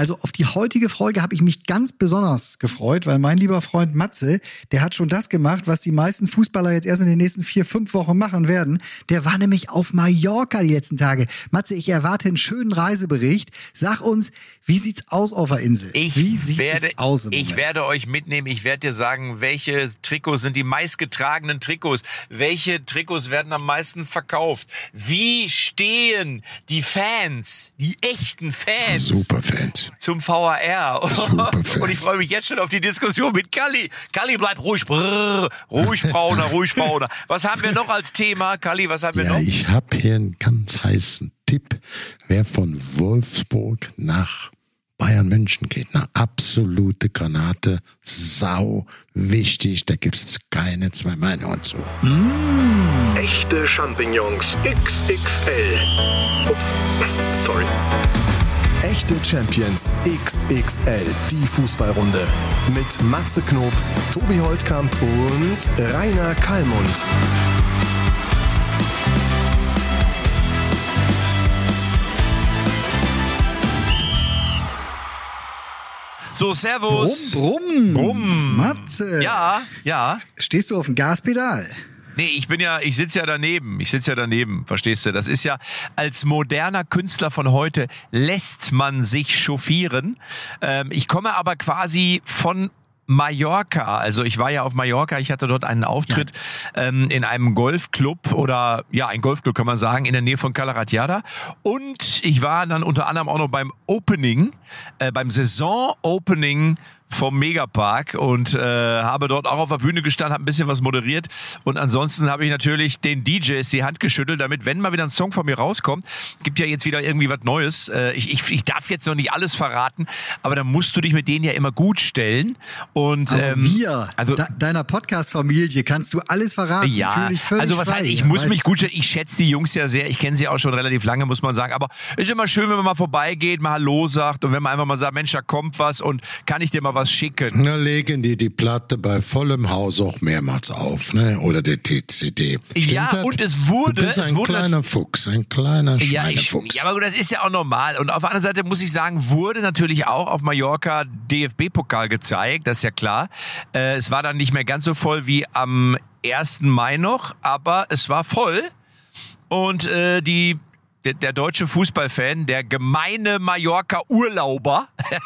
Also auf die heutige Folge habe ich mich ganz besonders gefreut, weil mein lieber Freund Matze, der hat schon das gemacht, was die meisten Fußballer jetzt erst in den nächsten 4-5 Wochen machen werden. Der war nämlich auf Mallorca die letzten Tage. Matze, ich erwarte einen schönen Reisebericht. Sag uns, wie sieht's aus auf der Insel? Ich werde euch mitnehmen. Ich werde dir sagen, welche Trikots sind die meistgetragenen Trikots. Welche Trikots werden am meisten verkauft? Wie stehen die Fans, die echten Fans, Superfans, zum VAR? Superfans. Und ich freue mich jetzt schon auf die Diskussion mit Kalli. Kalli, bleib ruhig. Ruhig, Brauner, ruhig, Brauner. Was haben wir noch als Thema, Kalli? Was haben wir noch? Ich habe hier einen ganz heißen Tipp. Wer von Wolfsburg nach Bayern München geht, eine absolute Granate, sau wichtig, da gibt's keine zwei Meinungen zu. Echte Champignons XXL. Ups, sorry. Echte Champions XXL, die Fußballrunde. Mit Matze Knob, Tobi Holtkamp und Rainer Kallmund. So, servus. Brumm. Matze. Ja. Stehst du auf dem Gaspedal? Nee, ich sitze ja daneben, verstehst du? Das ist ja, als moderner Künstler von heute lässt man sich chauffieren. Ich komme aber quasi von Mallorca, also ich war ja auf Mallorca, ich hatte dort einen Auftritt in einem Golfclub oder ein Golfclub kann man sagen, in der Nähe von Cala Ratjada, und ich war dann unter anderem auch noch beim Opening, beim Saison-Opening vom Megapark und habe dort auch auf der Bühne gestanden, habe ein bisschen was moderiert, und ansonsten habe ich natürlich den DJs die Hand geschüttelt, damit, wenn mal wieder ein Song von mir rauskommt, gibt ja jetzt wieder irgendwie was Neues. Ich darf jetzt noch nicht alles verraten, aber da musst du dich mit denen ja immer gut stellen. Und deiner Podcast-Familie kannst du alles verraten. Ja, also was heißt, ich muss mich gut stellen. Ich schätze die Jungs ja sehr, ich kenne sie auch schon relativ lange, muss man sagen, aber ist immer schön, wenn man mal vorbeigeht, mal Hallo sagt und wenn man einfach mal sagt, Mensch, da kommt was und kann ich dir mal was schicken. Na, legen die Platte bei vollem Haus auch mehrmals auf, ne? Oder der TCD. Ja, das? Und es wurde... Du bist ein kleiner Fuchs, ein kleiner Schweinefuchs. Ja, aber gut, das ist ja auch normal. Und auf der anderen Seite muss ich sagen, wurde natürlich auch auf Mallorca DFB-Pokal gezeigt, das ist ja klar. Es war dann nicht mehr ganz so voll wie am 1. Mai noch, aber es war voll. Und der deutsche Fußballfan, der gemeine Mallorca-Urlauber,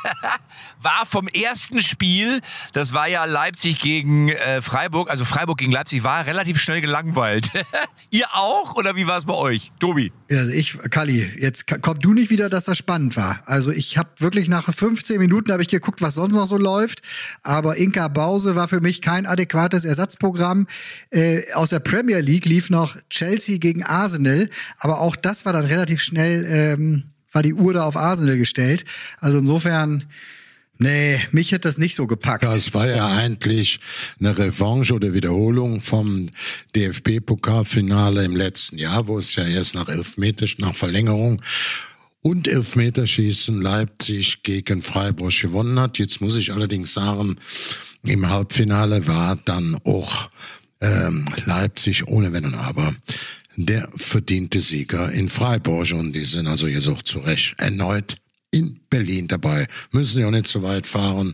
war vom ersten Spiel, das war ja Leipzig gegen Freiburg, also Freiburg gegen Leipzig, war relativ schnell gelangweilt. Ihr auch? Oder wie war es bei euch? Tobi? Also Kalli, jetzt komm du nicht wieder, dass das spannend war. Also ich habe wirklich nach 15 Minuten habe ich geguckt, was sonst noch so läuft. Aber Inka Bause war für mich kein adäquates Ersatzprogramm. Aus der Premier League lief noch Chelsea gegen Arsenal. Aber auch das war dann relativ schnell, war die Uhr da auf Arsenal gestellt. Also insofern... Nee, mich hätte das nicht so gepackt. Das war ja eigentlich eine Revanche oder Wiederholung vom DFB-Pokalfinale im letzten Jahr, wo es ja erst nach Verlängerung und Elfmeterschießen Leipzig gegen Freiburg gewonnen hat. Jetzt muss ich allerdings sagen, im Halbfinale war dann auch Leipzig ohne Wenn und Aber der verdiente Sieger in Freiburg, und die sind also jetzt auch zu Recht erneut in Berlin dabei. Müssen ja auch nicht so weit fahren.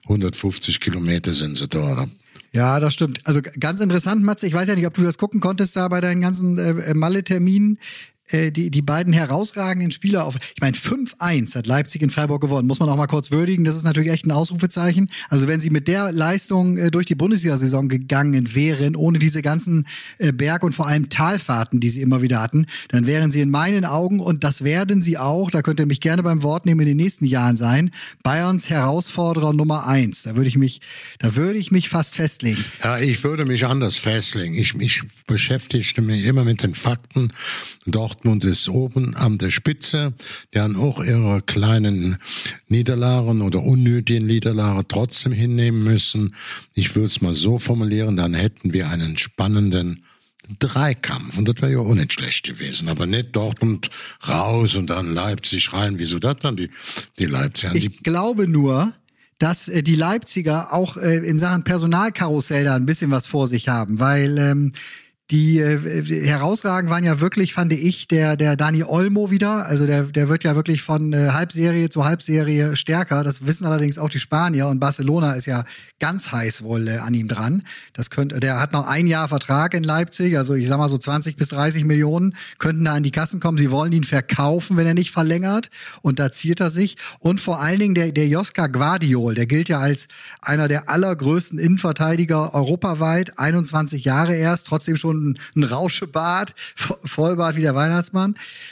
150 Kilometer sind sie dort. Ja, das stimmt. Also ganz interessant, Matze. Ich weiß ja nicht, ob du das gucken konntest da bei deinen ganzen Malle-Terminen. Die beiden herausragenden Spieler ich meine, 5-1 hat Leipzig in Freiburg gewonnen, muss man auch mal kurz würdigen, das ist natürlich echt ein Ausrufezeichen. Also wenn sie mit der Leistung durch die Bundesliga-Saison gegangen wären, ohne diese ganzen Berg- und vor allem Talfahrten, die sie immer wieder hatten, dann wären sie in meinen Augen, und das werden sie auch, da könnt ihr mich gerne beim Wort nehmen, in den nächsten Jahren sein, Bayerns Herausforderer Nummer 1. Da würde ich mich fast festlegen. Ja, ich würde mich anders festlegen. Ich beschäftigte mich immer mit den Fakten. Dortmund ist oben an der Spitze, die haben auch ihre kleinen Niederlagen oder unnötigen Niederlagen trotzdem hinnehmen müssen. Ich würde es mal so formulieren, dann hätten wir einen spannenden Dreikampf. Und das wäre ja auch nicht schlecht gewesen. Aber nicht Dortmund raus und dann Leipzig rein. Wieso das dann? Die Leipziger. Ich glaube nur, dass die Leipziger auch in Sachen Personalkarussell da ein bisschen was vor sich haben, weil Die herausragend waren ja wirklich, fand ich, der Dani Olmo wieder. Also der wird ja wirklich von Halbserie zu Halbserie stärker. Das wissen allerdings auch die Spanier. Und Barcelona ist ja ganz heiß wohl an ihm dran. Der hat noch ein Jahr Vertrag in Leipzig. Also ich sag mal so 20 bis 30 Millionen könnten da an die Kassen kommen. Sie wollen ihn verkaufen, wenn er nicht verlängert. Und da ziert er sich. Und vor allen Dingen der Joska Gvardiol, der gilt ja als einer der allergrößten Innenverteidiger europaweit. 21 Jahre erst, trotzdem schon ein Rauschebart, Vollbart wie der Weihnachtsmann.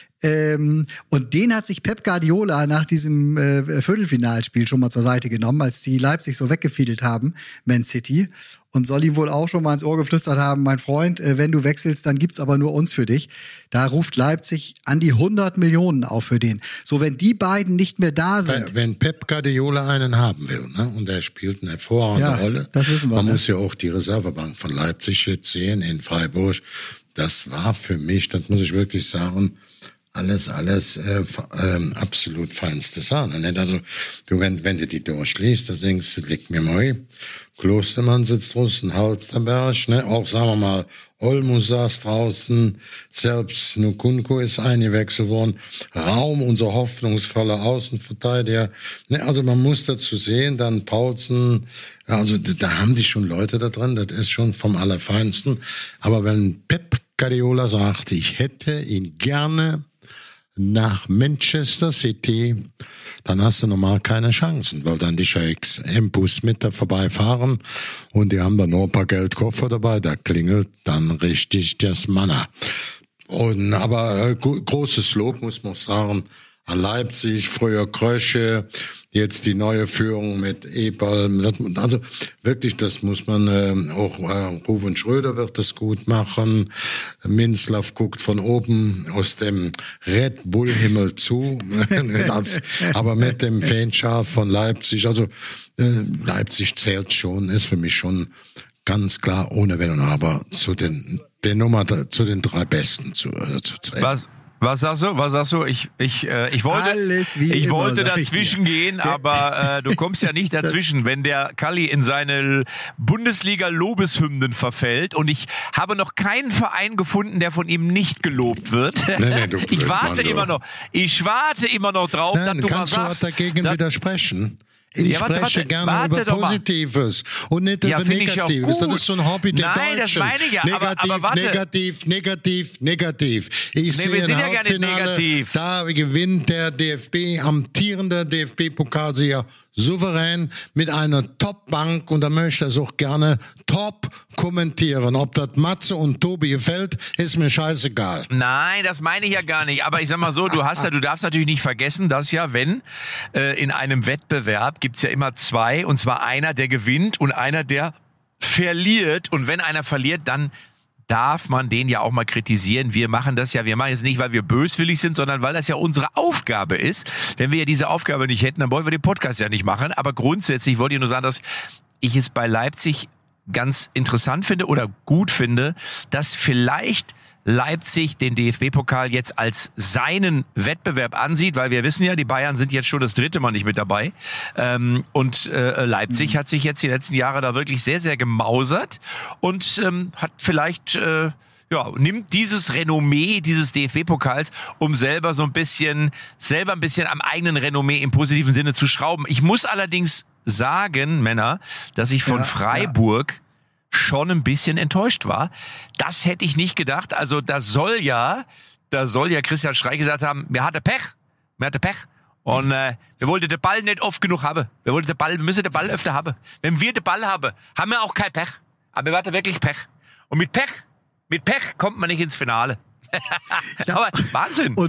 Und den hat sich Pep Guardiola nach diesem Viertelfinalspiel schon mal zur Seite genommen, als die Leipzig so weggefiedelt haben, Man City. Und soll ihm wohl auch schon mal ins Ohr geflüstert haben, mein Freund, wenn du wechselst, dann gibt's aber nur uns für dich. Da ruft Leipzig an die 100 Millionen auf für den. So, wenn die beiden nicht mehr da sind. Wenn Pep Guardiola einen haben will, ne, und er spielt eine hervorragende Rolle. Das wissen wir. Man muss ja auch die Reservebank von Leipzig jetzt sehen in Freiburg. Das war für mich, das muss ich wirklich sagen, alles absolut feinste Sahne. Nicht? Also wenn du die durchliest, da denkst du, liegt mir mal. Klostermann sitzt draußen, Halsterberg, ne? Auch sagen wir mal, Olmo saß draußen, selbst Nkunku ist eingewechselt worden. Raum, unser hoffnungsvoller Außenverteidiger. Ne? Also man muss dazu sehen, dann Paulsen, also da haben die schon Leute da drin, das ist schon vom Allerfeinsten. Aber wenn Pep Guardiola sagt, ich hätte ihn gerne nach Manchester City, dann hast du normal keine Chancen, weil dann die Sheiks im Bus mit da vorbeifahren und die haben dann noch ein paar Geldkoffer dabei, da klingelt dann richtig das Manna. Aber großes Lob, muss man sagen, an Leipzig, früher Krösche, jetzt die neue Führung mit Eberl. Also wirklich, das muss man auch, Ruven Schröder wird das gut machen. Minzlaff guckt von oben aus dem Red Bull Himmel zu, aber mit dem Fanschar von Leipzig. Also Leipzig zählt schon, ist für mich schon ganz klar, ohne Wenn und Aber, zu den drei Besten zu zählen. Was sagst du? Ich wollte dazwischen gehen, aber du kommst ja nicht dazwischen, wenn der Kalli in seine Bundesliga-Lobeshymnen verfällt und ich habe noch keinen Verein gefunden, der von ihm nicht gelobt wird. Nee, Ich warte immer noch drauf, dass du mal sagst. Kannst du dagegen widersprechen? Ich spreche gerne über Positives und nicht über Negatives. Das ist so ein Hobby der Deutschen. Nein, das meine ich ja. Aber warte. Negativ. Ich sehe ein Halbfinale, da gewinnt der amtierende DFB-Pokalsieger souverän mit einer Top-Bank und da möchte er es auch gerne top kommentieren. Ob das Matze und Tobi gefällt, ist mir scheißegal. Nein, das meine ich ja gar nicht. Aber ich sag mal so, du darfst natürlich nicht vergessen, dass ja, wenn in einem Wettbewerb gibt's ja immer zwei, und zwar einer, der gewinnt und einer, der verliert. Und wenn einer verliert, dann darf man den ja auch mal kritisieren. Wir machen jetzt nicht, weil wir böswillig sind, sondern weil das ja unsere Aufgabe ist. Wenn wir ja diese Aufgabe nicht hätten, dann wollen wir den Podcast ja nicht machen. Aber grundsätzlich wollte ich nur sagen, dass ich es bei Leipzig ganz interessant finde oder gut finde, dass vielleicht Leipzig den DFB-Pokal jetzt als seinen Wettbewerb ansieht, weil wir wissen ja, die Bayern sind jetzt schon das 3. Mal nicht mit dabei. Und Leipzig hat sich jetzt die letzten Jahre da wirklich sehr, sehr gemausert und hat vielleicht nimmt dieses Renommee dieses DFB-Pokals, um selber ein bisschen am eigenen Renommee im positiven Sinne zu schrauben. Ich muss allerdings sagen, Männer, dass ich von Freiburg schon ein bisschen enttäuscht war. Das hätte ich nicht gedacht. Also da soll ja Christian Streich gesagt haben, wir hatten Pech. Und wir wollten den Ball nicht oft genug haben. Wir müssen den Ball öfter haben. Wenn wir den Ball haben wir auch kein Pech. Aber wir hatten wirklich Pech. Und mit Pech kommt man nicht ins Finale. Aber Wahnsinn. Und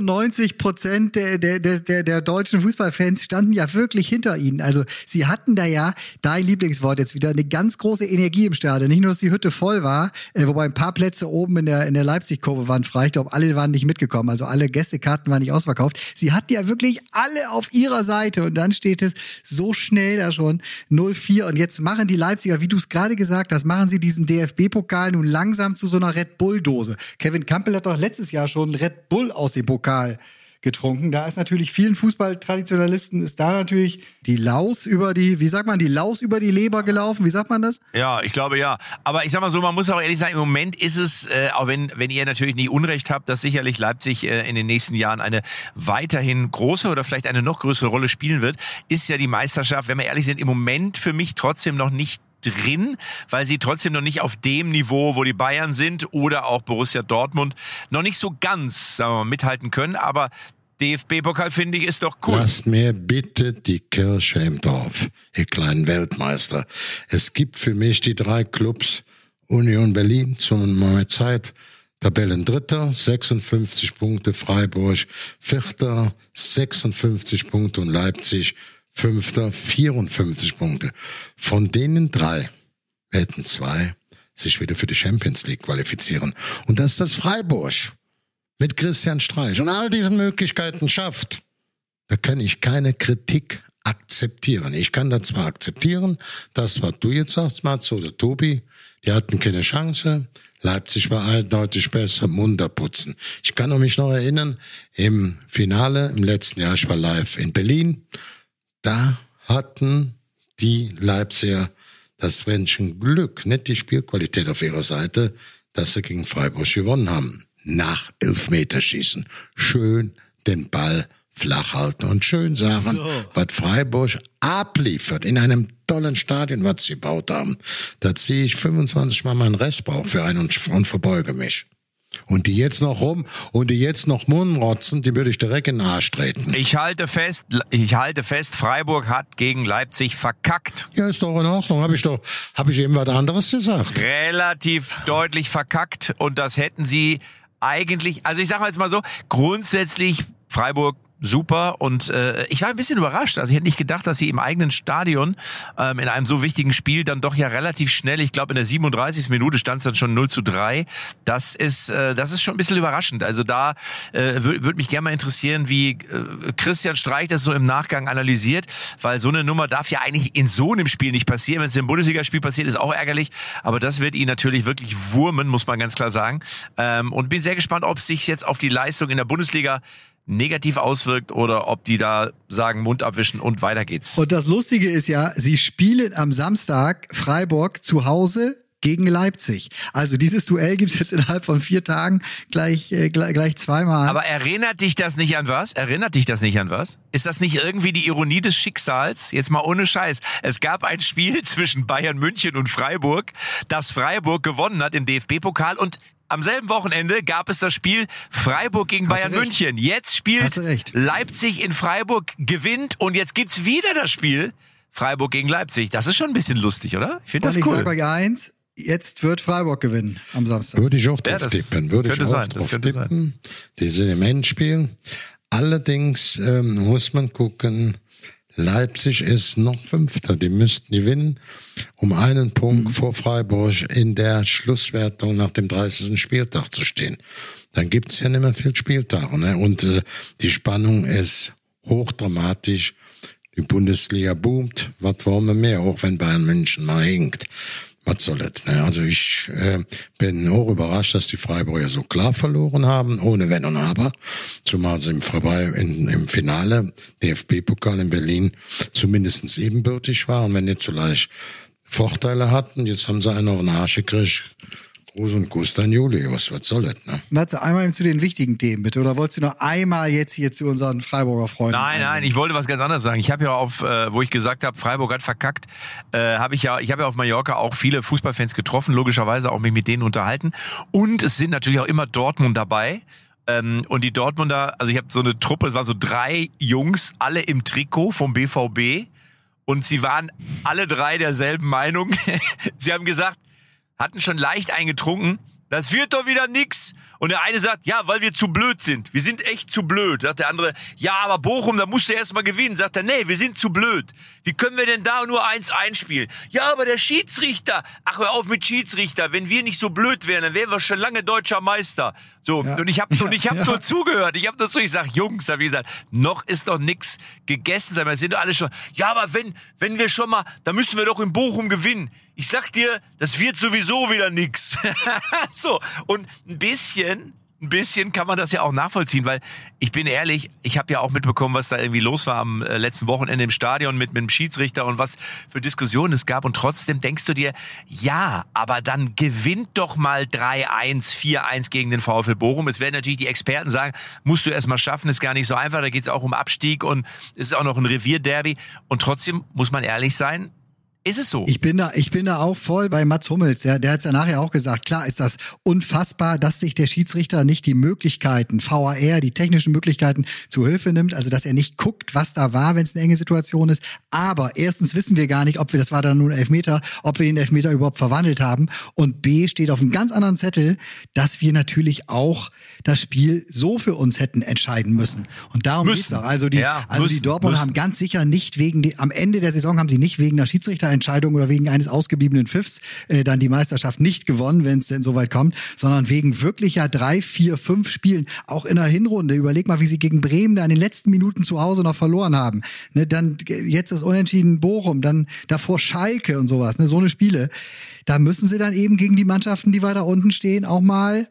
95% der deutschen Fußballfans standen ja wirklich hinter ihnen. Also sie hatten da ja, dein Lieblingswort jetzt wieder, eine ganz große Energie im Stadion. Nicht nur, dass die Hütte voll war, wobei ein paar Plätze oben in der Leipzig-Kurve waren frei. Ich glaube, alle waren nicht mitgekommen. Also alle Gästekarten waren nicht ausverkauft. Sie hatten ja wirklich alle auf ihrer Seite. Und dann steht es so schnell da schon 0-4. Und jetzt machen die Leipziger, wie du es gerade gesagt hast, machen sie diesen DFB-Pokal nun langsam zu so einer Red Bull-Dose. Kevin Campbell hat doch letztes Jahr schon Red Bull aus dem Pokal getrunken. Da ist natürlich vielen Fußballtraditionalisten ist da natürlich die Laus über die Leber gelaufen. Wie sagt man das? Ja, ich glaube ja. Aber ich sag mal so, man muss auch ehrlich sagen, im Moment ist es, auch wenn ihr natürlich nicht Unrecht habt, dass sicherlich Leipzig in den nächsten Jahren eine weiterhin große oder vielleicht eine noch größere Rolle spielen wird, ist ja die Meisterschaft, wenn wir ehrlich sind, im Moment für mich trotzdem noch nicht drin, weil sie trotzdem noch nicht auf dem Niveau, wo die Bayern sind oder auch Borussia Dortmund, noch nicht so ganz, sagen wir mal, mithalten können. Aber DFB-Pokal, finde ich, ist doch cool. Lasst mir bitte die Kirche im Dorf, ihr kleinen Weltmeister. Es gibt für mich die 3 Clubs Union Berlin zur Zeit, Tabellendritter, 56 Punkte, Freiburg, Vierter, 56 Punkte und Leipzig, Fünfter, 54 Punkte. Von denen 3 werden 2 sich wieder für die Champions League qualifizieren. Und dass das Freiburg mit Christian Streich und all diesen Möglichkeiten schafft, da kann ich keine Kritik akzeptieren. Ich kann da zwar akzeptieren, das, was du jetzt sagst, Mats oder Tobi, die hatten keine Chance, Leipzig war eindeutig besser, munter putzen. Ich kann mich noch erinnern, im Finale, im letzten Jahr, ich war live in Berlin, da hatten die Leipziger das Quäntchen Glück, nicht die Spielqualität auf ihrer Seite, dass sie gegen Freiburg gewonnen haben. Nach Elfmeterschießen. Schön den Ball flach halten und schön sagen, was Freiburg abliefert in einem tollen Stadion, was sie gebaut haben. Da ziehe ich 25 Mal meinen Restbauch für ein und verbeuge mich. Und die jetzt noch Mundrotzen, die würde ich direkt in den Arsch treten. Ich halte fest, Freiburg hat gegen Leipzig verkackt. Ja, ist doch in Ordnung. Hab ich eben was anderes gesagt? Relativ deutlich verkackt und das hätten sie eigentlich, also ich sage jetzt mal so, grundsätzlich Freiburg super und ich war ein bisschen überrascht. Also ich hätte nicht gedacht, dass sie im eigenen Stadion in einem so wichtigen Spiel dann doch ja relativ schnell, ich glaube in der 37. Minute stand es dann schon 0:3. Das ist schon ein bisschen überraschend. Also da würde mich gerne mal interessieren, wie Christian Streich das so im Nachgang analysiert, weil so eine Nummer darf ja eigentlich in so einem Spiel nicht passieren. Wenn es im Bundesligaspiel passiert, ist auch ärgerlich, aber das wird ihn natürlich wirklich wurmen, muss man ganz klar sagen. Und bin sehr gespannt, ob es sich jetzt auf die Leistung in der Bundesliga negativ auswirkt oder ob die da sagen, Mund abwischen und weiter geht's. Und das Lustige ist ja, sie spielen am Samstag Freiburg zu Hause gegen Leipzig. Also dieses Duell gibt's jetzt innerhalb von 4 Tagen gleich zweimal. Aber erinnert dich das nicht an was? Ist das nicht irgendwie die Ironie des Schicksals? Jetzt mal ohne Scheiß. Es gab ein Spiel zwischen Bayern München und Freiburg, das Freiburg gewonnen hat im DFB-Pokal und am selben Wochenende gab es das Spiel Freiburg gegen Bayern München. Jetzt spielt Leipzig in Freiburg, gewinnt und jetzt gibt's wieder das Spiel Freiburg gegen Leipzig. Das ist schon ein bisschen lustig, oder? Ich finde das cool. Und ich sage euch eins, jetzt wird Freiburg gewinnen am Samstag. Würde ich auch drauf tippen. Die sind im Endspiel. Allerdings muss man gucken, Leipzig ist noch Fünfter. Die müssten gewinnen, um einen Punkt vor Freiburg in der Schlusswertung nach dem 30. Spieltag zu stehen. Dann gibt's ja nicht mehr viel Spieltage, ne? Und die Spannung ist hochdramatisch. Die Bundesliga boomt. Was wollen wir mehr? Auch wenn Bayern München mal hinkt. Was soll das? Ne? Also ich bin auch überrascht, dass die Freiburger so klar verloren haben, ohne Wenn und Aber. Zumal sie im Finale DFB-Pokal in Berlin zumindest ebenbürtig waren, wenn nicht zugleich Vorteile hatten. Jetzt haben sie einen auf den Arsch gekriegt. Gruß und Kuss an Julius, was soll das, ne? Matze, einmal zu den wichtigen Themen, bitte. Oder wolltest du noch einmal jetzt hier zu unseren Freiburger Freunden? Nein, ich wollte was ganz anderes sagen. Ich habe ja wo ich gesagt habe, Freiburg hat verkackt, ich habe ja auf Mallorca auch viele Fußballfans getroffen, logischerweise auch mich mit denen unterhalten. Und es sind natürlich auch immer Dortmund dabei. Und die Dortmunder, also ich habe so eine Truppe, es waren so 3 Jungs, alle im Trikot vom BVB. Und sie waren alle 3 derselben Meinung. Sie haben gesagt, hatten schon leicht eingetrunken, das wird doch wieder nix. Und der eine sagt, ja, weil wir zu blöd sind. Wir sind echt zu blöd. Sagt der andere, ja, aber Bochum, da musst du erst mal gewinnen. Sagt er, nee, wir sind zu blöd. Wie können wir denn da nur 1 einspielen? Ja, aber der Schiedsrichter. Ach, hör auf mit Schiedsrichter. Wenn wir nicht so blöd wären, dann wären wir schon lange deutscher Meister. So, ja. Und ich hab nur zugehört. Ich sag, Jungs, hab ich gesagt, noch ist doch nix gegessen. Wir sind doch alle schon, ja, aber wenn wir schon mal, dann müssen wir doch in Bochum gewinnen. Ich sag dir, das wird sowieso wieder nix. So, und ein bisschen ein bisschen kann man das ja auch nachvollziehen, weil ich bin ehrlich, ich habe ja auch mitbekommen, was da irgendwie los war am letzten Wochenende im Stadion mit dem Schiedsrichter und was für Diskussionen es gab und trotzdem denkst du dir, ja, aber dann gewinnt doch mal 3-1, 4-1 gegen den VfL Bochum. Es werden natürlich die Experten sagen, musst du erst mal schaffen, ist gar nicht so einfach, da geht es auch um Abstieg und es ist auch noch ein Revierderby und trotzdem muss man ehrlich sein, ist es so? Ich bin da auch voll bei Mats Hummels. Der hat es ja nachher auch gesagt. Klar ist das unfassbar, dass sich der Schiedsrichter nicht die Möglichkeiten, VAR, die technischen Möglichkeiten zu Hilfe nimmt. Also, dass er nicht guckt, was da war, wenn es eine enge Situation ist. Aber erstens wissen wir gar nicht, das war dann nur ein Elfmeter, ob wir den Elfmeter überhaupt verwandelt haben. Und B steht auf einem ganz anderen Zettel, dass wir natürlich auch das Spiel so für uns hätten entscheiden müssen. Und darum geht's doch. Also die Dortmunder haben ganz sicher nicht am Ende der Saison haben sie nicht wegen der Schiedsrichterentscheidung oder wegen eines ausgebliebenen Pfiffs dann die Meisterschaft nicht gewonnen, wenn es denn so weit kommt, sondern wegen wirklicher 3, 4, 5 Spielen, auch in der Hinrunde. Überleg mal, wie sie gegen Bremen da in den letzten Minuten zu Hause noch verloren haben. Ne, dann jetzt das Unentschieden Bochum, dann davor Schalke und sowas. Ne, so eine Spiele. Da müssen sie dann eben gegen die Mannschaften, die weiter unten stehen, auch mal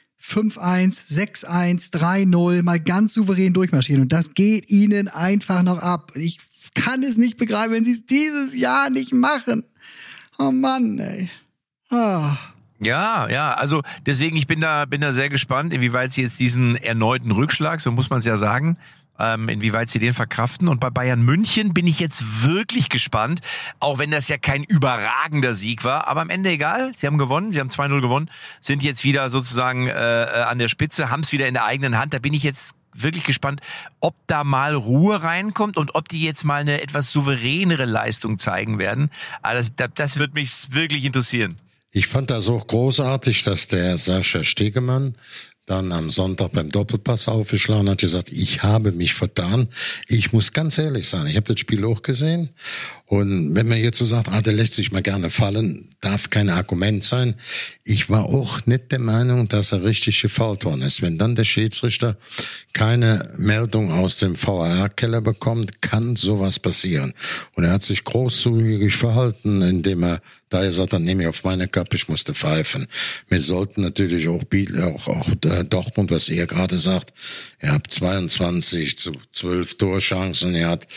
5-1, 6-1, 3-0 mal ganz souverän durchmarschieren. Und das geht ihnen einfach noch ab. Ich kann es nicht begreifen, wenn sie es dieses Jahr nicht machen. Oh Mann, ey. Ah. Ja, also deswegen, ich bin da sehr gespannt, inwieweit sie jetzt diesen erneuten Rückschlag, so muss man es ja sagen, inwieweit sie den verkraften. Und bei Bayern München bin ich jetzt wirklich gespannt, auch wenn das ja kein überragender Sieg war, aber am Ende egal, sie haben gewonnen, sie haben 2-0 gewonnen, sind jetzt wieder sozusagen an der Spitze, haben es wieder in der eigenen Hand, da bin ich jetzt wirklich gespannt, ob da mal Ruhe reinkommt und ob die jetzt mal eine etwas souveränere Leistung zeigen werden. Also das wird mich wirklich interessieren. Ich fand das auch großartig, dass der Sascha Stegemann dann am Sonntag beim Doppelpass aufgeschlagen hat, gesagt, ich habe mich vertan. Ich muss ganz ehrlich sein, ich habe das Spiel auch gesehen. Und wenn man jetzt so sagt, der lässt sich mal gerne fallen, darf kein Argument sein. Ich war auch nicht der Meinung, dass er richtig gefoult worden ist. Wenn dann der Schiedsrichter keine Meldung aus dem VAR-Keller bekommt, kann sowas passieren. Und er hat sich großzügig verhalten, indem er da gesagt hat, nehme ich auf meine Kappe, ich musste pfeifen. Wir sollten natürlich auch Dortmund, was ihr gerade sagt, ihr habt 22-12 Torchancen, ihr habt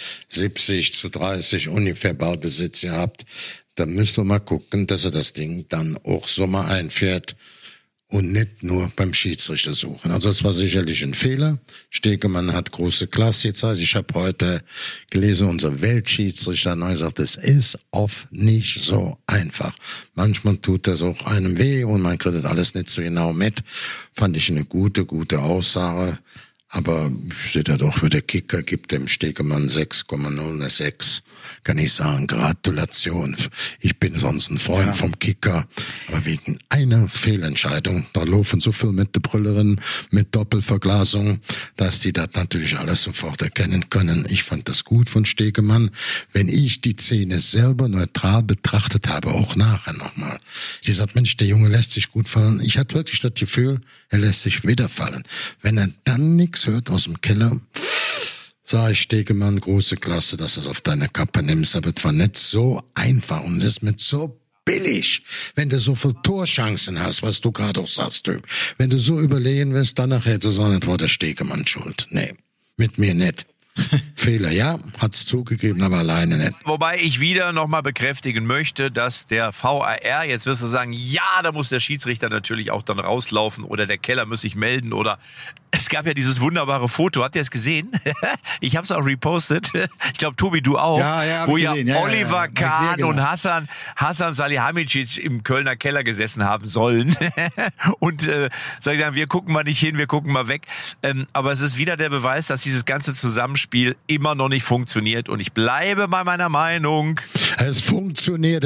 70-30 ungefähr Ballbesitz gehabt. Da müsst ihr mal gucken, dass er das Ding dann auch so mal einfährt und nicht nur beim Schiedsrichter suchen. Also es war sicherlich ein Fehler. Stegemann hat große Klasse gezeigt. Ich habe heute gelesen, unser Weltschiedsrichter hat gesagt, es ist oft nicht so einfach. Manchmal tut das auch einem weh und man kriegt das alles nicht so genau mit. Fand ich eine gute Aussage. Aber ich sehe da doch, für der Kicker gibt dem Stegemann 6,06. Kann ich sagen, Gratulation. Ich bin sonst ein Freund vom Kicker. Aber wegen einer Fehlentscheidung, da laufen so viel mit der Brüllerin, mit Doppelverglasung, dass die das natürlich alles sofort erkennen können. Ich fand das gut von Stegemann. Wenn ich die Szene selber neutral betrachtet habe, auch nachher nochmal. Ich gesagt, Mensch, der Junge lässt sich gut fallen. Ich hatte wirklich das Gefühl, er lässt sich wieder fallen. Wenn er dann nichts hört aus dem Keller, sag ich, Stegemann, große Klasse, dass du es auf deine Kappe nimmst, aber es war nicht so einfach und es ist mit so billig, wenn du so viele Torchancen hast, was du gerade auch sagst, du. Wenn du so überlegen wirst, dann nachher zu sagen, das war der Stegemann schuld. Nee, mit mir nicht. Fehler, ja, hat's zugegeben, aber alleine nicht. Wobei ich wieder nochmal bekräftigen möchte, dass der VAR, jetzt wirst du sagen, ja, da muss der Schiedsrichter natürlich auch dann rauslaufen oder der Keller muss sich melden oder es gab ja dieses wunderbare Foto, habt ihr es gesehen? Ich habe es auch repostet, ich glaube Tobi, du auch, wo ja Oliver Kahn und Hasan Salihamidzic im Kölner Keller gesessen haben sollen und sag ich dann, wir gucken mal nicht hin, wir gucken mal weg, aber es ist wieder der Beweis, dass dieses ganze Zusammenspiel immer noch nicht funktioniert und ich bleibe bei meiner Meinung. Es funktioniert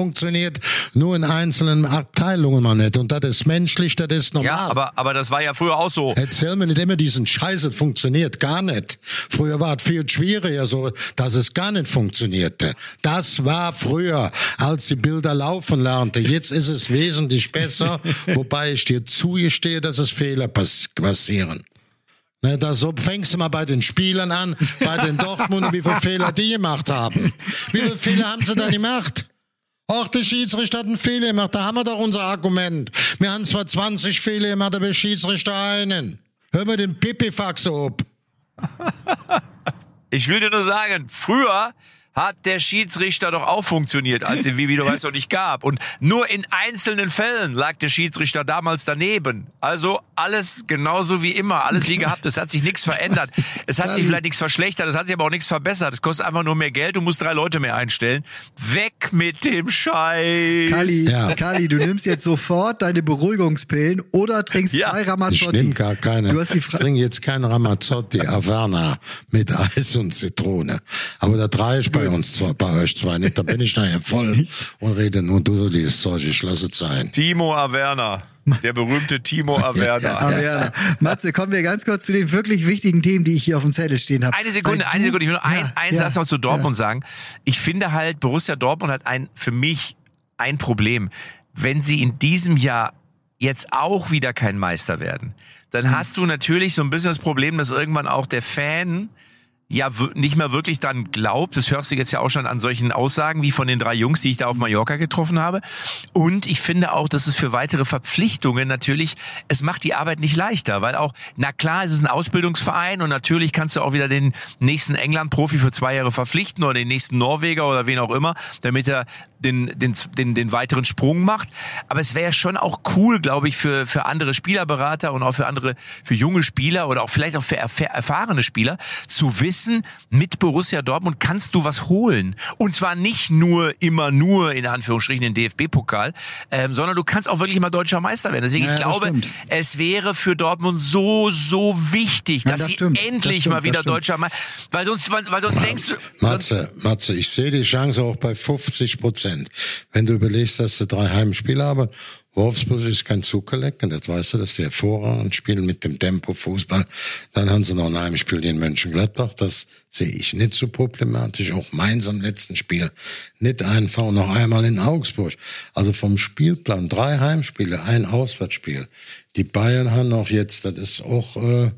nur in einzelnen Abteilungen mal nicht und das ist menschlich, das ist normal. Ja, aber das war ja früher auch so. Erzähl mir nicht immer diesen Scheiß, es funktioniert gar nicht. Früher war es viel schwieriger so, dass es gar nicht funktionierte. Das war früher, als die Bilder laufen lernte. Jetzt ist es wesentlich besser, wobei ich dir zugestehe, dass es Fehler passieren. Ne, so fängst du mal bei den Spielern an, bei den Dortmundern, wie viele Fehler die gemacht haben. Wie viele Fehler haben sie da gemacht? Auch der Schiedsrichter hat einen Fehler gemacht, da haben wir doch unser Argument. Wir haben zwar 20 Fehler, aber der Schiedsrichter einen. Hör mir den Pipifax ab. Ich will dir nur sagen, früher hat der Schiedsrichter doch auch funktioniert, als es wie du weißt noch nicht gab. Und nur in einzelnen Fällen lag der Schiedsrichter damals daneben. Also alles genauso wie immer, alles wie gehabt. Es hat sich nichts verändert. Es hat sich vielleicht nichts verschlechtert, es hat sich aber auch nichts verbessert. Es kostet einfach nur mehr Geld, du musst 3 Leute mehr einstellen. Weg mit dem Scheiß. Kali, du nimmst jetzt sofort deine Beruhigungspillen oder trinkst 2 Ramazzotti. Ich nehme gar keine. Ich trinke jetzt keinen Ramazzotti, Averna mit Eis und Zitrone. Aber da 3 ist bei euch zwei nicht. Da bin ich nachher voll und rede nur du dieses Zeug. Ich lasse es sein. Timo Averna. Der berühmte Timo Averna. Averna. Matze, kommen wir ganz kurz zu den wirklich wichtigen Themen, die ich hier auf dem Zettel stehen habe. Eine Sekunde. Ich will nur einen Satz noch zu Dortmund sagen. Ich finde halt, Borussia Dortmund hat für mich ein Problem. Wenn sie in diesem Jahr jetzt auch wieder kein Meister werden, dann hast du natürlich so ein bisschen das Problem, dass irgendwann auch der Fan nicht mehr wirklich dann glaubt. Das hörst du jetzt ja auch schon an solchen Aussagen wie von den 3 Jungs, die ich da auf Mallorca getroffen habe. Und ich finde auch, dass es für weitere Verpflichtungen natürlich, es macht die Arbeit nicht leichter, weil auch, na klar, es ist ein Ausbildungsverein und natürlich kannst du auch wieder den nächsten England-Profi für 2 Jahre verpflichten oder den nächsten Norweger oder wen auch immer, damit er den weiteren Sprung macht. Aber es wäre schon auch cool, glaube ich, für andere Spielerberater und auch für junge Spieler oder auch vielleicht auch für erfahrene Spieler zu wissen, mit Borussia Dortmund kannst du was holen. Und zwar nicht immer nur in Anführungsstrichen den DFB-Pokal, sondern du kannst auch wirklich mal deutscher Meister werden. Deswegen, ich glaube, es wäre für Dortmund so wichtig, dass sie endlich mal wieder deutscher Meister, weil sonst denkst du... Matze, ich sehe die Chance auch bei 50%. Wenn du überlegst, dass du 3 Heimspiele haben, Wolfsburg ist kein Zuckerleck, und das weißt du, dass die hervorragend spielen mit dem Tempo-Fußball. Dann haben sie noch ein Heimspiel in Mönchengladbach, das sehe ich nicht so problematisch. Auch Mainz am letzten Spiel nicht einfach und noch einmal in Augsburg. Also vom Spielplan 3 Heimspiele, 1 Auswärtsspiel. Die Bayern haben auch jetzt, das ist auch,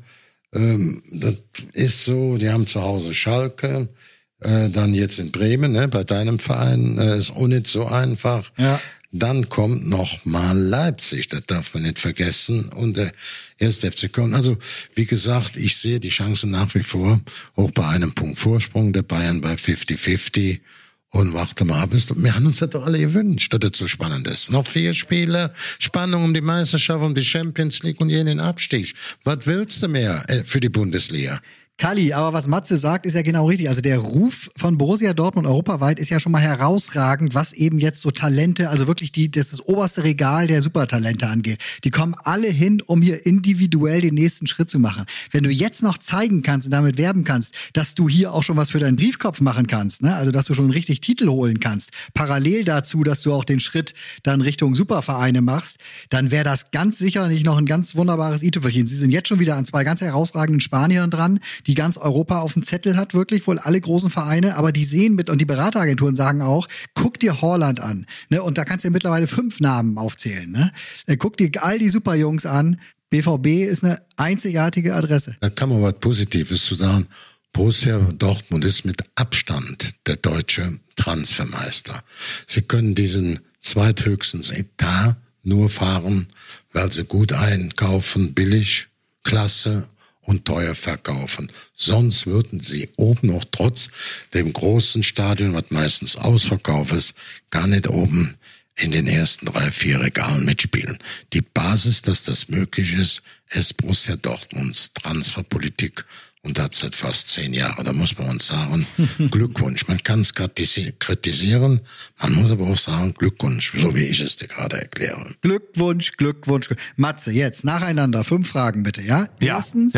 das ist so, die haben zu Hause Schalke, dann jetzt in Bremen, ne, bei deinem Verein, ist auch nicht so einfach. Ja. Dann kommt noch mal Leipzig, das darf man nicht vergessen, und der 1. FC Köln. Also, wie gesagt, ich sehe die Chance nach wie vor, auch bei einem Punkt Vorsprung der Bayern bei 50-50. Und warte mal ab, wir haben uns das doch alle gewünscht, dass das so spannend ist. Noch 4 Spiele, Spannung um die Meisterschaft, um die Champions League und jeden Abstieg. Was willst du mehr für die Bundesliga? Kali, aber was Matze sagt, ist ja genau richtig. Also der Ruf von Borussia Dortmund europaweit ist ja schon mal herausragend, was eben jetzt so Talente, also wirklich das oberste Regal der Supertalente angeht. Die kommen alle hin, um hier individuell den nächsten Schritt zu machen. Wenn du jetzt noch zeigen kannst und damit werben kannst, dass du hier auch schon was für deinen Briefkopf machen kannst, ne? Also dass du schon richtig Titel holen kannst, parallel dazu, dass du auch den Schritt dann Richtung Supervereine machst, dann wäre das ganz sicher nicht noch ein ganz wunderbares i-Tüpfelchen. Sie sind jetzt schon wieder an 2 ganz herausragenden Spaniern dran, die ganz Europa auf dem Zettel hat, wirklich wohl alle großen Vereine, aber die sehen und die Berateragenturen sagen auch, guck dir Haaland an, ne? Und da kannst du ja mittlerweile 5 Namen aufzählen, ne? Guck dir all die Superjungs an. BVB ist eine einzigartige Adresse. Da kann man was Positives zu sagen. Borussia Dortmund ist mit Abstand der deutsche Transfermeister. Sie können diesen zweithöchsten Etat nur fahren, weil sie gut einkaufen, billig, klasse und teuer verkaufen. Sonst würden sie oben noch trotz dem großen Stadion, was meistens ausverkauft ist, gar nicht oben in den ersten 3, 4 Regalen mitspielen. Die Basis, dass das möglich ist Borussia Dortmunds Transferpolitik. Und das seit fast 10 Jahren. Da muss man uns sagen, Glückwunsch. Man kann es kritisieren, man muss aber auch sagen, Glückwunsch, so wie ich es dir gerade erkläre. Glückwunsch. Matze, jetzt nacheinander 5 Fragen bitte, ja? Ja. Erstens,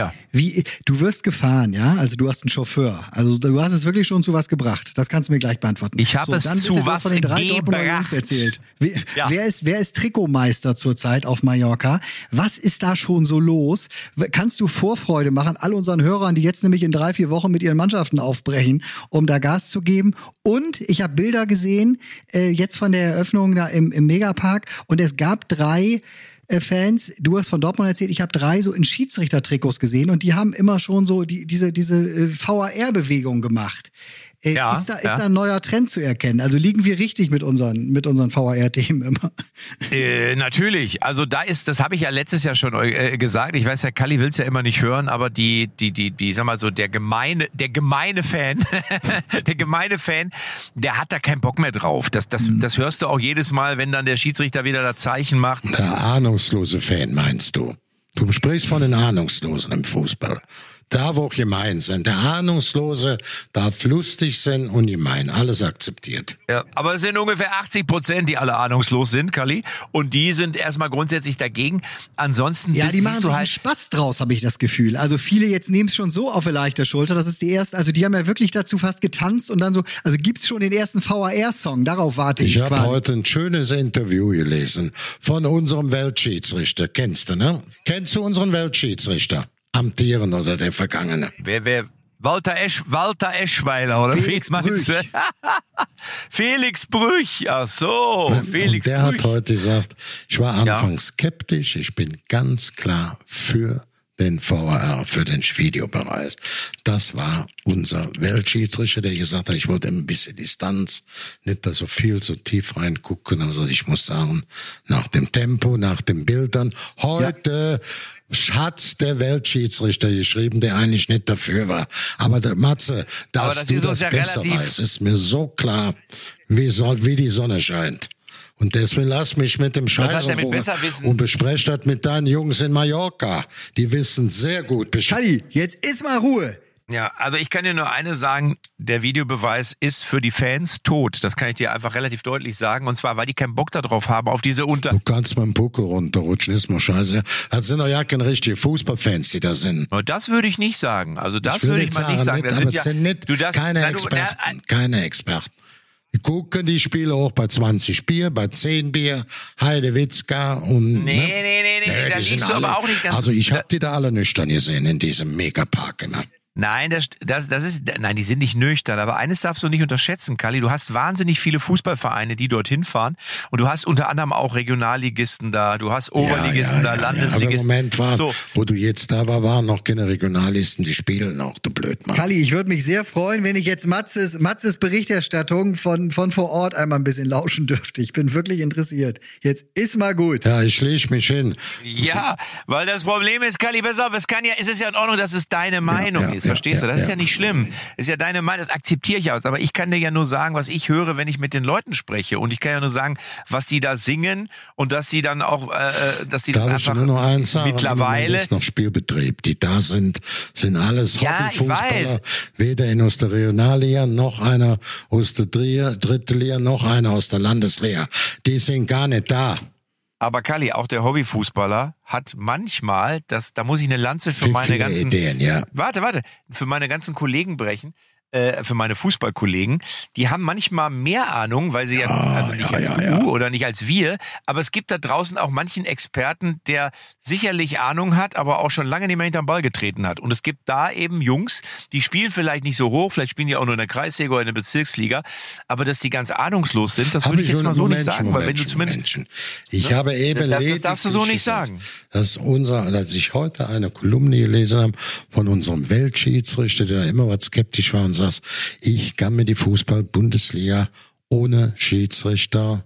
du wirst gefahren, ja? Also du hast einen Chauffeur. Also du hast es wirklich schon zu was gebracht. Das kannst du mir gleich beantworten. Ich habe es zu was von den 3 Dortmunder Jungs erzählt. Wer ist Trikotmeister zurzeit auf Mallorca? Was ist da schon so los? Kannst du Vorfreude machen, all unseren Hörern, die jetzt nämlich in 3, 4 Wochen mit ihren Mannschaften aufbrechen, um da Gas zu geben? Und ich habe Bilder gesehen, jetzt von der Eröffnung da im Megapark, und es gab 3 Fans, du hast von Dortmund erzählt, ich habe 3 so in Schiedsrichtertrikots gesehen, und die haben immer schon so diese VAR-Bewegung gemacht. Ja, ist da ein neuer Trend zu erkennen? Also liegen wir richtig mit unseren VAR-Themen immer? Natürlich. Also das habe ich ja letztes Jahr schon gesagt. Ich weiß ja, Kalli will es ja immer nicht hören, aber die, sag mal so, der gemeine Fan, der hat da keinen Bock mehr drauf. Das hörst du auch jedes Mal, wenn dann der Schiedsrichter wieder das Zeichen macht. Der ahnungslose Fan, meinst du? Du sprichst von den Ahnungslosen im Fußball. Da, wo gemein sind. Der Ahnungslose darf lustig sein und gemein. Alles akzeptiert. Ja, aber es sind ungefähr 80%, die alle ahnungslos sind, Kalli. Und die sind erstmal grundsätzlich dagegen. Ansonsten ja, die machen siehst du sich halt Spaß draus, habe ich das Gefühl. Also viele jetzt nehmen es schon so auf eine leichte Schulter. Das ist die erste, also die haben ja wirklich dazu fast getanzt und dann so, also gibt's schon den ersten VAR-Song. Darauf warte ich habe heute ein schönes Interview gelesen von unserem Weltschiedsrichter. Kennst du, ne? Kennst du unseren Weltschiedsrichter? Amtieren oder der Vergangene. Wer? Walter Eschweiler oder Felix meinst du? Felix Brüch, ach so, Felix und der Brüch. Hat heute gesagt, ich war anfangs skeptisch, ich bin ganz klar für den VAR, für den Videobeweis. Das war unser Weltschiedsrichter, der gesagt hat, ich wollte ein bisschen Distanz, nicht da so viel, so tief reingucken. Also ich muss sagen, nach dem Tempo, nach den Bildern, heute hat's der Weltschiedsrichter geschrieben, der eigentlich nicht dafür war. Aber der Matze, dass du das besser weißt, ist mir so klar, wie die Sonne scheint. Und deswegen lass mich mit dem Scheiß in Ruhe und besprech das mit deinen Jungs in Mallorca. Die wissen sehr gut Bescheid. Kalli, jetzt ist mal Ruhe. Ja, also ich kann dir nur eines sagen, der Videobeweis ist für die Fans tot. Das kann ich dir einfach relativ deutlich sagen. Und zwar, weil die keinen Bock darauf haben, auf diese Du kannst mit dem Buckel runterrutschen, ist mal scheiße. Das sind doch ja keine richtigen Fußballfans, die da sind. Das würde ich nicht sagen. Also das würde ich mal nicht sagen. Das sind nicht keine Experten, keine Experten. Die gucken die Spiele auch bei 20 Bier, bei 10 Bier, Heidewitzka und... Nee, da liegst du aber auch nicht ganz... Also ich hab die da alle nüchtern gesehen in diesem Megapark immer. Nein, nein, die sind nicht nüchtern. Aber eines darfst du nicht unterschätzen, Kalli. Du hast wahnsinnig viele Fußballvereine, die dorthin fahren. Und du hast unter anderem auch Regionalligisten da. Du hast Oberligisten da, Landesligisten. Aber im Moment wo du jetzt da waren noch keine Regionalisten, die spielen auch, du Blödmann. Kalli, ich würde mich sehr freuen, wenn ich jetzt Matzes Berichterstattung von vor Ort einmal ein bisschen lauschen dürfte. Ich bin wirklich interessiert. Jetzt ist mal gut. Ja, ich leg mich hin. Ja, weil das Problem ist, Kalli, pass auf, es ist ja in Ordnung, dass es deine Meinung ist. Verstehst du? Das ist ja nicht schlimm. Ist ja deine Meinung, das akzeptiere ich aus. Aber ich kann dir ja nur sagen, was ich höre, wenn ich mit den Leuten spreche. Und ich kann ja nur sagen, was die da singen und dass sie dann auch, dass die das einfach nur noch eins sagen, mittlerweile... ist noch Spielbetrieb. Die da sind alles Hobbyfußballer. Weder in aus der Regionalliga, noch einer aus der dritten Liga, noch einer aus der Landesliga. Die sind gar nicht da. Aber Kalli, auch der Hobbyfußballer hat manchmal, da muss ich eine Lanze für meine ganzen Ideen, ja. Warte, für meine ganzen Kollegen brechen, für meine Fußballkollegen, die haben manchmal mehr Ahnung, weil sie nicht als du oder nicht als wir, aber es gibt da draußen auch manchen Experten, der sicherlich Ahnung hat, aber auch schon lange nicht mehr hinterm Ball getreten hat. Und es gibt da eben Jungs, die spielen vielleicht nicht so hoch, vielleicht spielen die auch nur in der Kreisliga oder in der Bezirksliga, aber dass die ganz ahnungslos sind, das würde ich jetzt mal so nicht sagen, weil wenn du zumindest... Ich habe eben das darfst du so nicht sagen. Dass ich heute eine Kolumne gelesen habe von unserem Weltschiedsrichter, der immer was skeptisch war und sagt, ich kann mir die Fußball-Bundesliga ohne Schiedsrichter,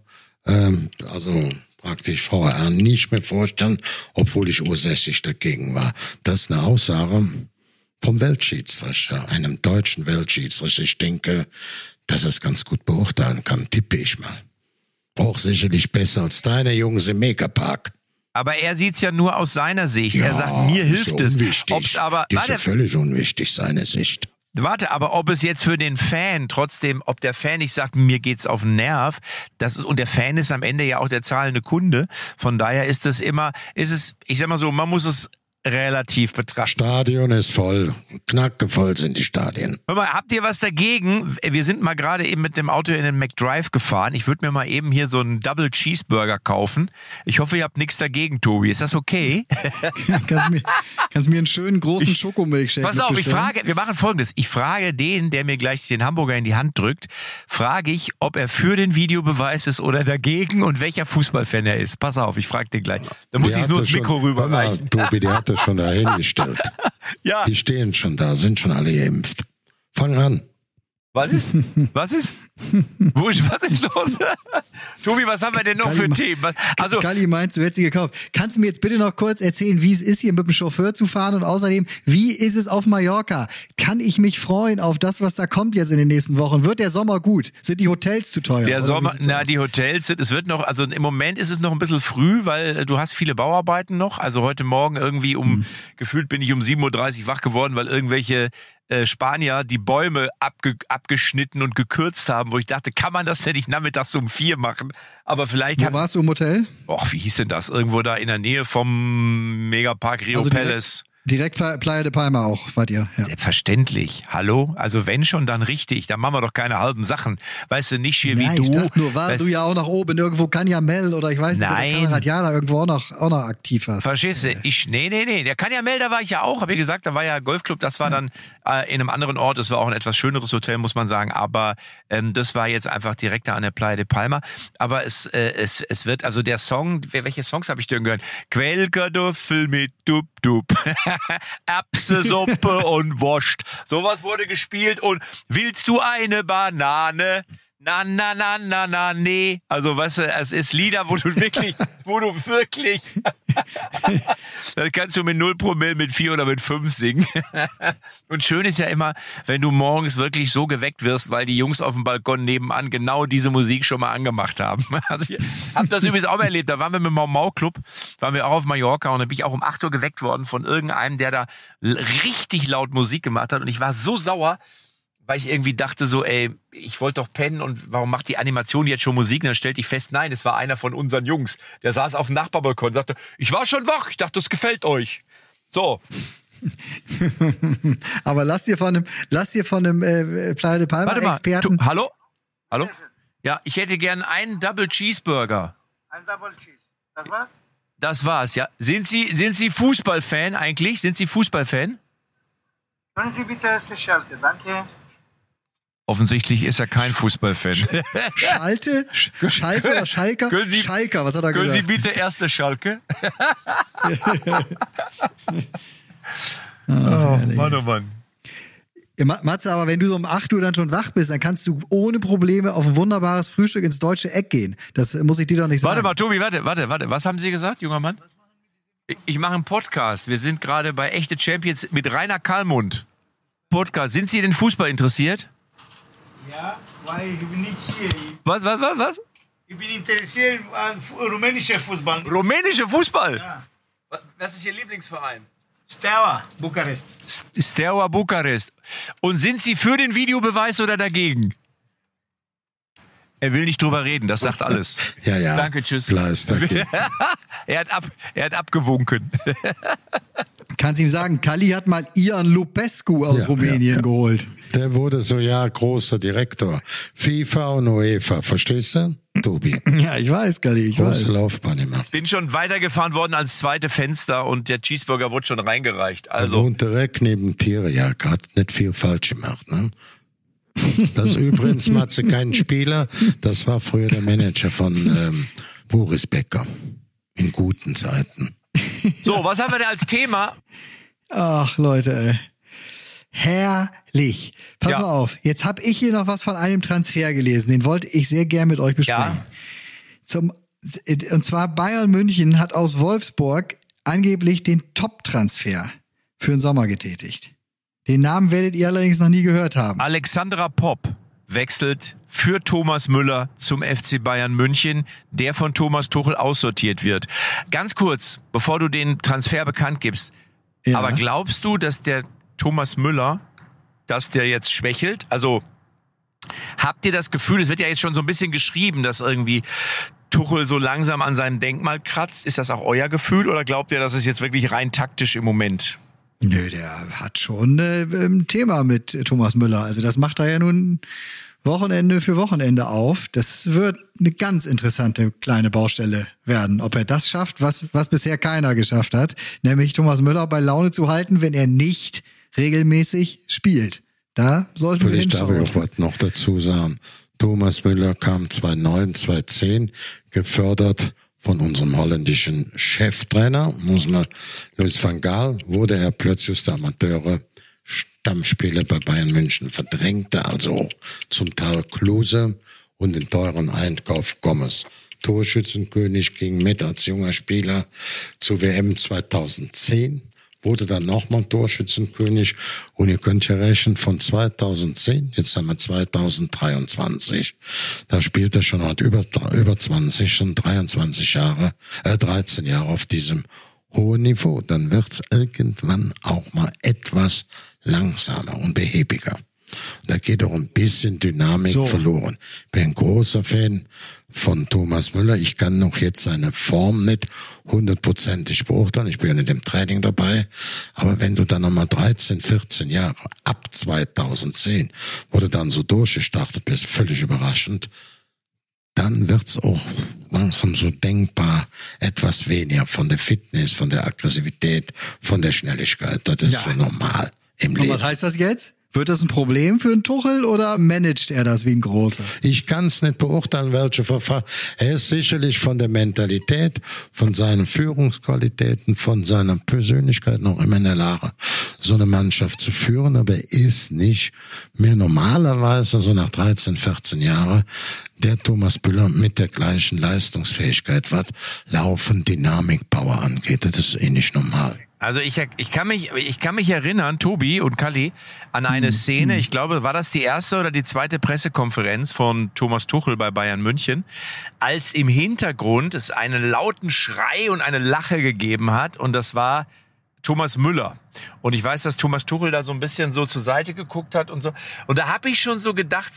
also praktisch VAR, nicht mehr vorstellen, obwohl ich ursächlich dagegen war. Das ist eine Aussage vom Weltschiedsrichter, einem deutschen Weltschiedsrichter. Ich denke, dass er es ganz gut beurteilen kann, tippe ich mal. Auch sicherlich besser als deine Jungs im Megapark. Aber er sieht's ja nur aus seiner Sicht. Er sagt, mir hilft es. Ob's aber, ist ja völlig unwichtig, seine Sicht. Warte, aber ob es jetzt für den Fan trotzdem, ob der Fan nicht sagt, mir geht's auf den Nerv, und der Fan ist am Ende ja auch der zahlende Kunde. Von daher ich sag mal so, man muss es relativ betrachten. Stadion ist voll. Knackevoll sind die Stadien. Hör mal, habt ihr was dagegen? Wir sind mal gerade eben mit dem Auto in den McDrive gefahren. Ich würde mir mal eben hier so einen Double Cheeseburger kaufen. Ich hoffe, ihr habt nichts dagegen, Tobi. Ist das okay? Kannst mir einen schönen großen Schokomilchshake Pass auf, wir machen Folgendes. Ich frage den, der mir gleich den Hamburger in die Hand drückt, frage ich, ob er für den Videobeweis ist oder dagegen und welcher Fußballfan er ist. Pass auf, ich frage den gleich. Da muss ich nur das Mikro rüberreichen. Tobi, der hat das schon dahingestellt. Ja. Die stehen schon da, sind schon alle geimpft. Fang an. Was ist? Was ist los? Tobi, was haben wir denn noch für Themen? Also Kalli meint, du hättest sie gekauft. Kannst du mir jetzt bitte noch kurz erzählen, wie es ist, hier mit dem Chauffeur zu fahren und außerdem, wie ist es auf Mallorca? Kann ich mich freuen auf das, was da kommt jetzt in den nächsten Wochen? Wird der Sommer gut? Sind die Hotels zu teuer? Der Sommer, die Hotels sind, es wird noch, also im Moment ist es noch ein bisschen früh, weil du hast viele Bauarbeiten noch. Also heute Morgen irgendwie gefühlt bin ich um 7:30 Uhr wach geworden, weil irgendwelche Spanier die Bäume abgeschnitten und gekürzt haben, wo ich dachte, kann man das denn nicht nachmittags um 4 machen? Aber vielleicht... Wo warst du im Hotel? Wie hieß denn das? Irgendwo da in der Nähe vom Megapark Rio Palace. Direkt Playa de Palma auch, wart ihr? Ja. Selbstverständlich. Hallo? Also wenn schon, dann richtig. Dann machen wir doch keine halben Sachen. Weißt du, nicht hier wie du. Ich dachte nur, weil du ja auch nach oben irgendwo Canyamel oder ich weiß nicht, Calaratiala irgendwo auch noch aktiv warst. Verstehst du? Nee. Der Canyamel, da war ich ja auch, habe ich gesagt, da war ja Golfclub, das war dann in einem anderen Ort, das war auch ein etwas schöneres Hotel, muss man sagen, aber das war jetzt einfach direkt da an der Playa de Palma. Aber es wird, also der Song, welche Songs habe ich denn gehört? Quellkartoffel mit Dub. Erbsensuppe und Wurst. Sowas wurde gespielt und willst du eine Banane? Na, nee. Also, weißt du, es ist Lieder, wo du wirklich, das kannst du mit 0 Promille, mit 4 oder mit 5 singen. Und schön ist ja immer, wenn du morgens wirklich so geweckt wirst, weil die Jungs auf dem Balkon nebenan genau diese Musik schon mal angemacht haben. Also ich habe das übrigens auch erlebt. Da waren wir mit dem Mau Club, waren wir auch auf Mallorca und da bin ich auch um 8 Uhr geweckt worden von irgendeinem, der da richtig laut Musik gemacht hat und ich war so sauer, weil ich irgendwie dachte so, ich wollte doch pennen und warum macht die Animation jetzt schon Musik? Und dann stellte ich fest, nein, es war einer von unseren Jungs. Der saß auf dem Nachbarbalkon und sagte, ich war schon wach, ich dachte, das gefällt euch. So. Aber lass dir von einem Playa de Palma Experten... Hallo? Ja, ich hätte gern einen Double Cheeseburger. Ein Double Cheese. Das war's? Das war's, ja. Sind Sie Fußballfan eigentlich? Sind Sie Fußballfan? Können Sie bitte erste Schalte, danke. Offensichtlich ist er kein Fußballfan. Schalke oder Schalker? Schalker, was hat er gesagt? Können Sie bitte erste Schalke? Mann. Ja, Matze, aber wenn du so um 8 Uhr dann schon wach bist, dann kannst du ohne Probleme auf ein wunderbares Frühstück ins deutsche Eck gehen. Das muss ich dir doch nicht sagen. Warte mal, Tobi, warte. Was haben Sie gesagt, junger Mann? Ich mache einen Podcast. Wir sind gerade bei Echte Champions mit Rainer Kallmund. Podcast. Sind Sie denn Fußball interessiert? Ja, weil ich bin nicht hier. Was? Ich bin interessiert an rumänischer Fußball. Rumänischer Fußball? Ja. Was ist Ihr Lieblingsverein? Steaua Bukarest. Steaua Bukarest. Und sind Sie für den Videobeweis oder dagegen? Er will nicht drüber reden, das sagt alles. Ja. Danke, tschüss. Klar ist dagegen. Er hat abgewunken. Kannst ihm sagen, Kalli hat mal Ian Lupescu aus Rumänien geholt. Der wurde so großer Direktor. FIFA und UEFA, verstehst du, Tobi? Ja, ich weiß, Kalli, Große Laufbahn gemacht. Bin schon weitergefahren worden ans zweite Fenster und der Cheeseburger wurde schon reingereicht. Also Und direkt neben Tiere, hat nicht viel falsch gemacht, ne? Das übrigens, Matze, kein Spieler, das war früher der Manager von Boris Becker. In guten Zeiten. So, was haben wir denn als Thema? Ach, Leute, ey. Herrlich. Pass mal auf, jetzt habe ich hier noch was von einem Transfer gelesen, den wollte ich sehr gern mit euch besprechen. Ja. Und zwar Bayern München hat aus Wolfsburg angeblich den Top-Transfer für den Sommer getätigt. Den Namen werdet ihr allerdings noch nie gehört haben. Alexandra Popp wechselt für Thomas Müller zum FC Bayern München, der von Thomas Tuchel aussortiert wird. Ganz kurz, bevor du den Transfer bekannt gibst, aber glaubst du, dass der Thomas Müller, dass der jetzt schwächelt? Also habt ihr das Gefühl, es wird ja jetzt schon so ein bisschen geschrieben, dass irgendwie Tuchel so langsam an seinem Denkmal kratzt. Ist das auch euer Gefühl oder glaubt ihr, das ist jetzt wirklich rein taktisch im Moment? Nö, der hat schon ein Thema mit Thomas Müller. Also das macht er ja nun Wochenende für Wochenende auf. Das wird eine ganz interessante kleine Baustelle werden. Ob er das schafft, was bisher keiner geschafft hat, nämlich Thomas Müller bei Laune zu halten, wenn er nicht regelmäßig spielt. Da sollten wir hinschauen. Vielleicht darf ich auch was noch dazu sagen. Thomas Müller kam 2009, 2010, gefördert von unserem holländischen Cheftrainer, Louis van Gaal, wurde er plötzlich aus der Amateure Stammspieler bei Bayern München, verdrängte also zum Teil Klose und den teuren Einkauf Gomez. Torschützenkönig, ging mit als junger Spieler zur WM 2010, wurde dann nochmal Torschützenkönig und ihr könnt ja rechnen von 2010, jetzt haben wir 2023, da spielt er schon halt über 20, schon 13 Jahre auf diesem hohen Niveau. Dann wird's irgendwann auch mal etwas langsamer und behäbiger. Da geht auch ein bisschen Dynamik verloren. Ich bin ein großer Fan von Thomas Müller. Ich kann noch jetzt seine Form nicht 100%ig beurteilen. Ich bin ja nicht im Training dabei. Aber wenn du dann nochmal 13, 14 Jahre, ab 2010, wo du dann so durchgestartet bist, völlig überraschend, dann wird's auch langsam so denkbar etwas weniger von der Fitness, von der Aggressivität, von der Schnelligkeit. Das ist so normal im Leben. Und was heißt das jetzt? Wird das ein Problem für einen Tuchel oder managt er das wie ein Großer? Ich kann es nicht beurteilen, welche Verfahren. Er ist sicherlich von der Mentalität, von seinen Führungsqualitäten, von seiner Persönlichkeit noch immer in der Lage, so eine Mannschaft zu führen. Aber er ist nicht mehr normalerweise, so nach 13, 14 Jahren, der Thomas Müller mit der gleichen Leistungsfähigkeit, was Laufen, Dynamik, Power angeht. Das ist nicht normal. Also ich kann mich erinnern, Tobi und Kalli, an eine Szene, ich glaube, war das die erste oder die zweite Pressekonferenz von Thomas Tuchel bei Bayern München, als im Hintergrund es einen lauten Schrei und eine Lache gegeben hat und das war Thomas Müller. Und ich weiß, dass Thomas Tuchel da so ein bisschen so zur Seite geguckt hat und so. Und da habe ich schon so gedacht,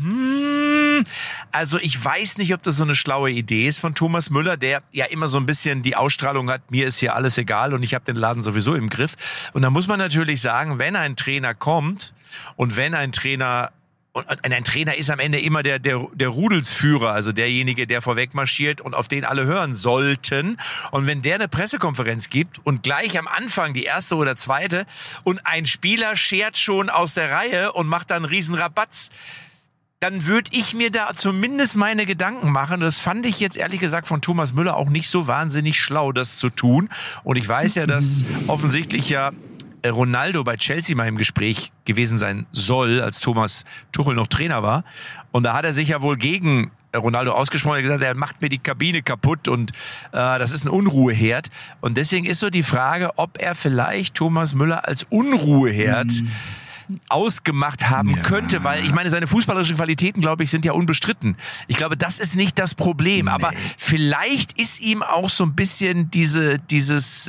also ich weiß nicht, ob das so eine schlaue Idee ist von Thomas Müller, der ja immer so ein bisschen die Ausstrahlung hat, mir ist hier alles egal und ich habe den Laden sowieso im Griff. Und da muss man natürlich sagen, wenn ein Trainer kommt und wenn ein Trainer ist am Ende immer der Rudelsführer, also derjenige, der vorweg marschiert und auf den alle hören sollten. Und wenn der eine Pressekonferenz gibt und gleich am Anfang die erste oder zweite und ein Spieler schert schon aus der Reihe und macht dann einen riesen Rabatz, dann würde ich mir da zumindest meine Gedanken machen. Das fand ich jetzt ehrlich gesagt von Thomas Müller auch nicht so wahnsinnig schlau, das zu tun. Und ich weiß ja, dass offensichtlich ja Ronaldo bei Chelsea mal im Gespräch gewesen sein soll, als Thomas Tuchel noch Trainer war. Und da hat er sich ja wohl gegen Ronaldo ausgesprochen. Er hat gesagt, er macht mir die Kabine kaputt und das ist ein Unruheherd. Und deswegen ist so die Frage, ob er vielleicht Thomas Müller als Unruheherd ausgemacht haben könnte, weil ich meine, seine fußballerischen Qualitäten, glaube ich, sind ja unbestritten. Ich glaube, das ist nicht das Problem, aber vielleicht ist ihm auch so ein bisschen dieses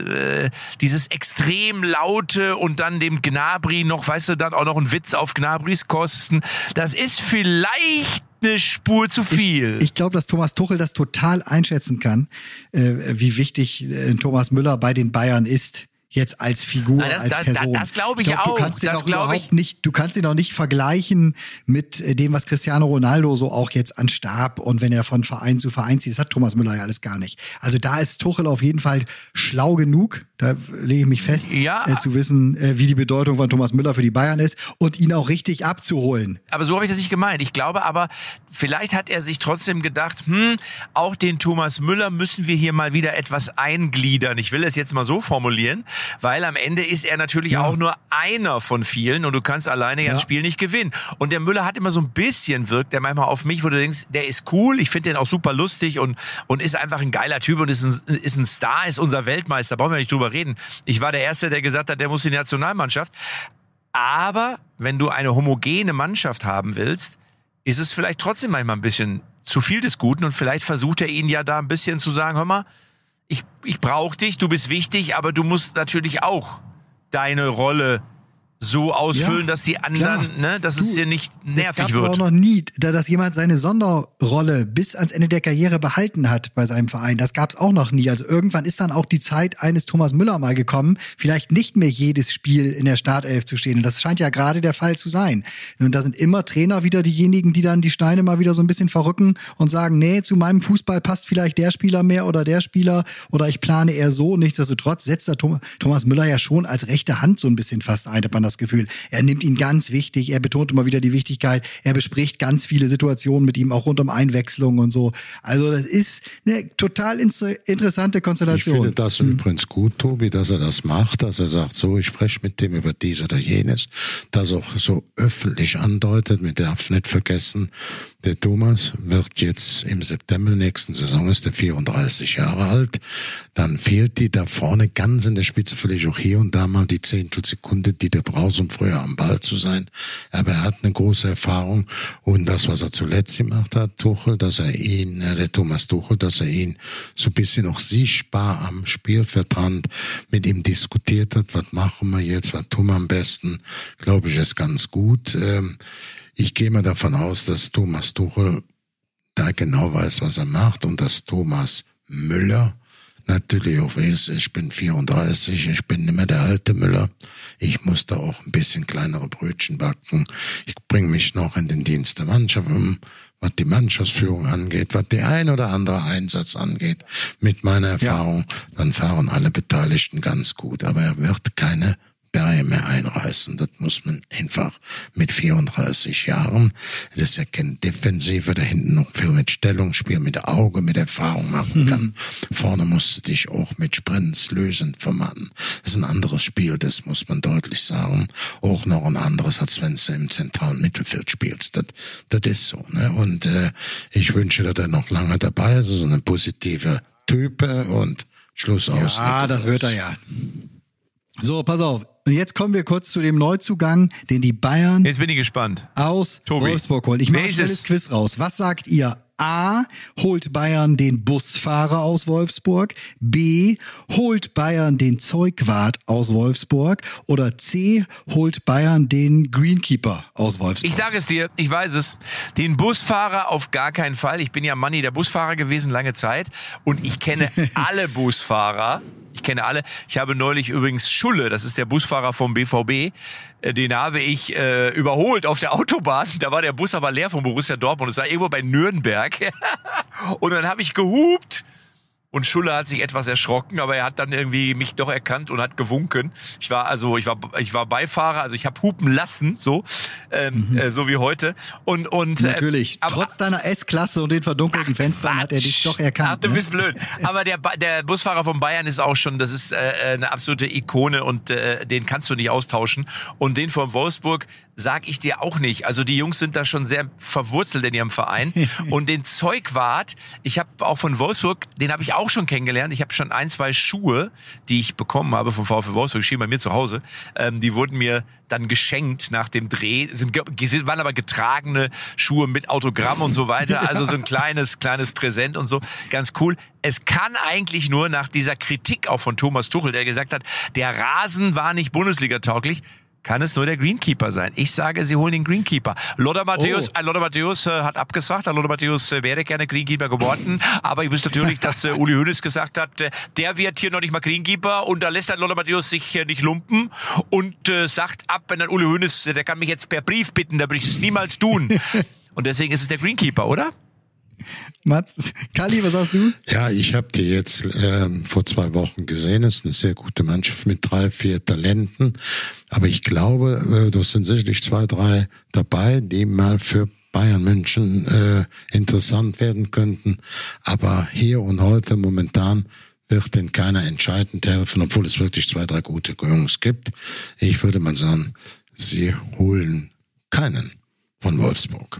extrem laute und dann dem Gnabry noch, weißt du, dann auch noch ein Witz auf Gnabrys Kosten. Das ist vielleicht eine Spur zu viel. Ich glaube, dass Thomas Tuchel das total einschätzen kann, wie wichtig Thomas Müller bei den Bayern ist. Jetzt als Figur, als Person. Das glaube ich auch. Du kannst ihn auch nicht vergleichen mit dem, was Cristiano Ronaldo so auch jetzt an Stab und wenn er von Verein zu Verein zieht. Das hat Thomas Müller ja alles gar nicht. Also da ist Tuchel auf jeden Fall schlau genug, da lege ich mich fest, zu wissen, wie die Bedeutung von Thomas Müller für die Bayern ist und ihn auch richtig abzuholen. Aber so habe ich das nicht gemeint. Ich glaube aber, vielleicht hat er sich trotzdem gedacht, auch den Thomas Müller müssen wir hier mal wieder etwas eingliedern. Ich will es jetzt mal so formulieren. Weil am Ende ist er natürlich auch nur einer von vielen und du kannst alleine ein Spiel nicht gewinnen. Und der Müller hat immer so ein bisschen wirkt, der manchmal auf mich, wo du denkst, der ist cool, ich finde den auch super lustig und ist einfach ein geiler Typ und ist ein Star, ist unser Weltmeister, brauchen wir nicht drüber reden. Ich war der Erste, der gesagt hat, der muss in die Nationalmannschaft. Aber wenn du eine homogene Mannschaft haben willst, ist es vielleicht trotzdem manchmal ein bisschen zu viel des Guten und vielleicht versucht er ihn ja da ein bisschen zu sagen, hör mal, ich brauche dich, du bist wichtig, aber du musst natürlich auch deine Rolle so ausfüllen, dass die anderen, dass es hier nicht nervig wird. Es gab auch noch nie, dass jemand seine Sonderrolle bis ans Ende der Karriere behalten hat bei seinem Verein. Das gab es auch noch nie. Also irgendwann ist dann auch die Zeit eines Thomas Müller mal gekommen, vielleicht nicht mehr jedes Spiel in der Startelf zu stehen. Und das scheint ja gerade der Fall zu sein. Und da sind immer Trainer wieder diejenigen, die dann die Steine mal wieder so ein bisschen verrücken und sagen, nee, zu meinem Fußball passt vielleicht der Spieler mehr oder der Spieler oder ich plane eher so. Nichtsdestotrotz setzt da Thomas Müller ja schon als rechte Hand so ein bisschen fast ein. Ob man das Gefühl. Er nimmt ihn ganz wichtig, er betont immer wieder die Wichtigkeit, er bespricht ganz viele Situationen mit ihm, auch rund um Einwechslung und so. Also das ist eine total interessante Konstellation. Ich finde das übrigens gut, Tobi, dass er das macht, dass er sagt, so, ich spreche mit dem über dies oder jenes, das auch so öffentlich andeutet. Man darf nicht vergessen, der Thomas wird jetzt im September nächsten Saison, ist er 34 Jahre alt. Dann fehlt die da vorne ganz in der Spitze, vielleicht auch hier und da mal die Zehntelsekunde, die der braucht, um früher am Ball zu sein. Aber er hat eine große Erfahrung. Und das, was er zuletzt gemacht hat, Tuchel, der Thomas Tuchel, dass er ihn so ein bisschen auch sichtbar am Spielfeldrand mit ihm diskutiert hat, was machen wir jetzt, was tun wir am besten, glaube ich, ist ganz gut. Ich gehe mal davon aus, dass Thomas Tuchel da genau weiß, was er macht und dass Thomas Müller natürlich auch weiß, ich bin 34, ich bin nicht mehr der alte Müller. Ich muss da auch ein bisschen kleinere Brötchen backen. Ich bringe mich noch in den Dienst der Mannschaft, was die Mannschaftsführung angeht, was der ein oder andere Einsatz angeht. Mit meiner Erfahrung, dann fahren alle Beteiligten ganz gut. Aber er wird keine Berge mehr einreißen. Das muss man einfach mit 34 Jahren. Das ist ja kein Defensiver, der hinten noch viel mit Stellungsspiel, mit Auge, mit Erfahrung machen kann. Vorne musst du dich auch mit Sprints lösen vermachen. Das ist ein anderes Spiel, das muss man deutlich sagen. Auch noch ein anderes, als wenn du im zentralen Mittelfeld spielst. Das ist so, ne? Und ich wünsche, dass er noch lange dabei ist. So eine positive Type und Schluss aus. Ja, das wird er ja. So, pass auf. Und jetzt kommen wir kurz zu dem Neuzugang, den die Bayern Jetzt bin ich gespannt. aus Tobi. Wolfsburg holen. Ich mache ein schnelles Quiz raus. Was sagt ihr? A, holt Bayern den Busfahrer aus Wolfsburg? B, holt Bayern den Zeugwart aus Wolfsburg? Oder C, holt Bayern den Greenkeeper aus Wolfsburg? Ich sage es dir, ich weiß es. Den Busfahrer auf gar keinen Fall. Ich bin ja Manni der Busfahrer gewesen, lange Zeit. Und ich kenne alle Busfahrer. Ich kenne alle. Ich habe neulich übrigens Schulle, das ist der Busfahrer vom BVB, den habe ich überholt auf der Autobahn. Da war der Bus aber leer von Borussia Dortmund. Das war irgendwo bei Nürnberg. Und dann habe ich gehupt. Und Schulle hat sich etwas erschrocken, aber er hat dann irgendwie mich doch erkannt und hat gewunken. Ich war Beifahrer, also ich habe hupen lassen, so wie heute. Und natürlich. Trotz deiner S-Klasse und den verdunkelten Fenstern hat er dich doch erkannt. Ach, du bist blöd. Aber der Busfahrer von Bayern ist auch schon, das ist eine absolute Ikone und den kannst du nicht austauschen. Und den von Wolfsburg sag ich dir auch nicht. Also die Jungs sind da schon sehr verwurzelt in ihrem Verein. Und den Zeugwart, ich habe auch von Wolfsburg, den habe ich auch schon kennengelernt. Ich habe schon 1, 2 Schuhe, die ich bekommen habe vom VfL Wolfsburg, stehen bei mir zu Hause. Die wurden mir dann geschenkt nach dem Dreh. Waren aber getragene Schuhe mit Autogramm und so weiter. Also so ein kleines Präsent und so. Ganz cool. Es kann eigentlich nur nach dieser Kritik auch von Thomas Tuchel, der gesagt hat, der Rasen war nicht Bundesliga-tauglich, kann es nur der Greenkeeper sein. Ich sage, sie holen den Greenkeeper. Lothar Matthäus hat abgesagt. Lothar Matthäus wäre gerne Greenkeeper geworden. Aber ich wüsste natürlich, dass Uli Hoeneß gesagt hat, der wird hier noch nicht mal Greenkeeper. Und da lässt dann Lothar Matthäus sich nicht lumpen und sagt ab, wenn dann Uli Hoeneß, der kann mich jetzt per Brief bitten, da würde ich es niemals tun. Und deswegen ist es der Greenkeeper, oder? Mats, Kalli, was sagst du? Ja, ich habe die jetzt vor 2 Wochen gesehen. Es ist eine sehr gute Mannschaft mit 3, 4 Talenten. Aber ich glaube, da sind sicherlich 2, 3 dabei, die mal für Bayern München interessant werden könnten. Aber hier und heute momentan wird denn keiner entscheidend helfen, obwohl es wirklich 2, 3 gute Jungs gibt. Ich würde mal sagen, sie holen keinen von Wolfsburg.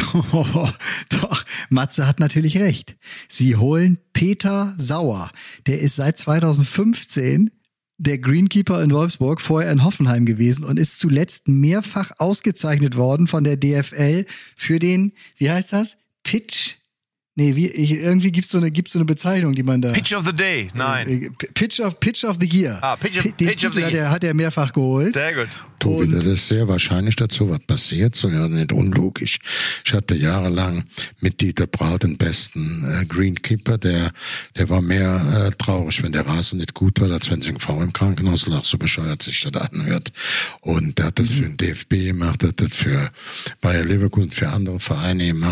Doch, Matze hat natürlich recht. Sie holen Peter Sauer. Der ist seit 2015 der Greenkeeper in Wolfsburg, vorher in Hoffenheim gewesen und ist zuletzt mehrfach ausgezeichnet worden von der DFL für den, wie heißt das? Pitch? Nee, irgendwie gibt's so eine Bezeichnung, die man da... Pitch of the Day, nein. Pitch of the Year. Pitch of the Year. Hat er mehrfach geholt. Sehr gut. Tobi, das ist sehr wahrscheinlich dazu, was passiert, so ja nicht unlogisch. Ich hatte jahrelang mit Dieter Braut den besten Greenkeeper, der war mehr traurig, wenn der Rasen nicht gut war, als wenn St. V im Krankenhaus lag, so bescheuert sich das anhört. Und der hat das für den DFB gemacht, hat das für Bayer Leverkusen, für andere Vereine gemacht und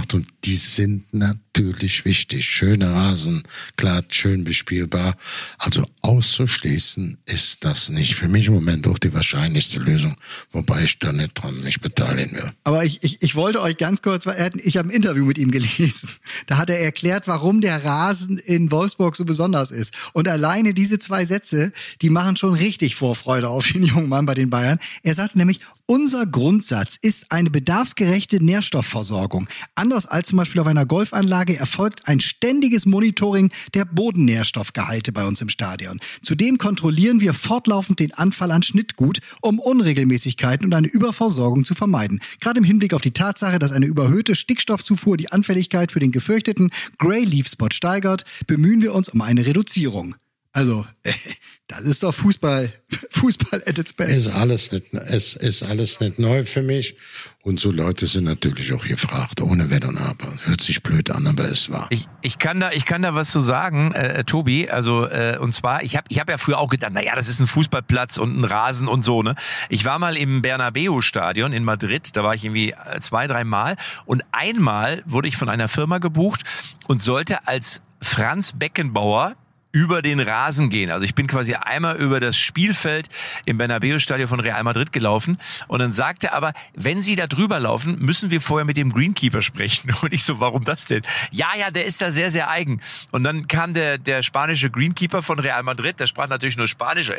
die sind natürlich wichtig. Schöner Rasen, glatt, schön bespielbar. Also auszuschließen ist das nicht. Für mich im Moment auch die wahrscheinlichste Lösung, wobei ich da nicht dran mich beteiligen will. Aber ich wollte euch ganz kurz, ich habe ein Interview mit ihm gelesen. Da hat er erklärt, warum der Rasen in Wolfsburg so besonders ist. Und alleine diese 2 Sätze, die machen schon richtig Vorfreude auf den jungen Mann bei den Bayern. Er sagte nämlich, unser Grundsatz ist eine bedarfsgerechte Nährstoffversorgung. Anders als zum Beispiel auf einer Golfanlage erfolgt ein ständiges Monitoring der Bodennährstoffgehalte bei uns im Stadion. Zudem kontrollieren wir fortlaufend den Anfall an Schnittgut, um Unregelmäßigkeiten und eine Überversorgung zu vermeiden. Gerade im Hinblick auf die Tatsache, dass eine überhöhte Stickstoffzufuhr die Anfälligkeit für den gefürchteten Grey Leaf Spot steigert, bemühen wir uns um eine Reduzierung. Also, das ist doch Fußball at its best. Ist alles nicht neu für mich. Und so Leute sind natürlich auch gefragt, ohne Wenn und Aber. Hört sich blöd an, aber es war. Ich kann da was zu sagen, Tobi. Also, und zwar, ich hab ja früher auch gedacht, naja, das ist ein Fußballplatz und ein Rasen und so, ne. Ich war mal im Bernabeu-Stadion in Madrid, da war ich irgendwie 2-3 Mal. Und einmal wurde ich von einer Firma gebucht und sollte als Franz Beckenbauer über den Rasen gehen. Also ich bin quasi einmal über das Spielfeld im Bernabeu-Stadion von Real Madrid gelaufen und dann sagte aber, wenn Sie da drüber laufen, müssen wir vorher mit dem Greenkeeper sprechen. Und ich so, warum das denn? Ja, der ist da sehr, sehr eigen. Und dann kam der spanische Greenkeeper von Real Madrid, der sprach natürlich nur Spanisch,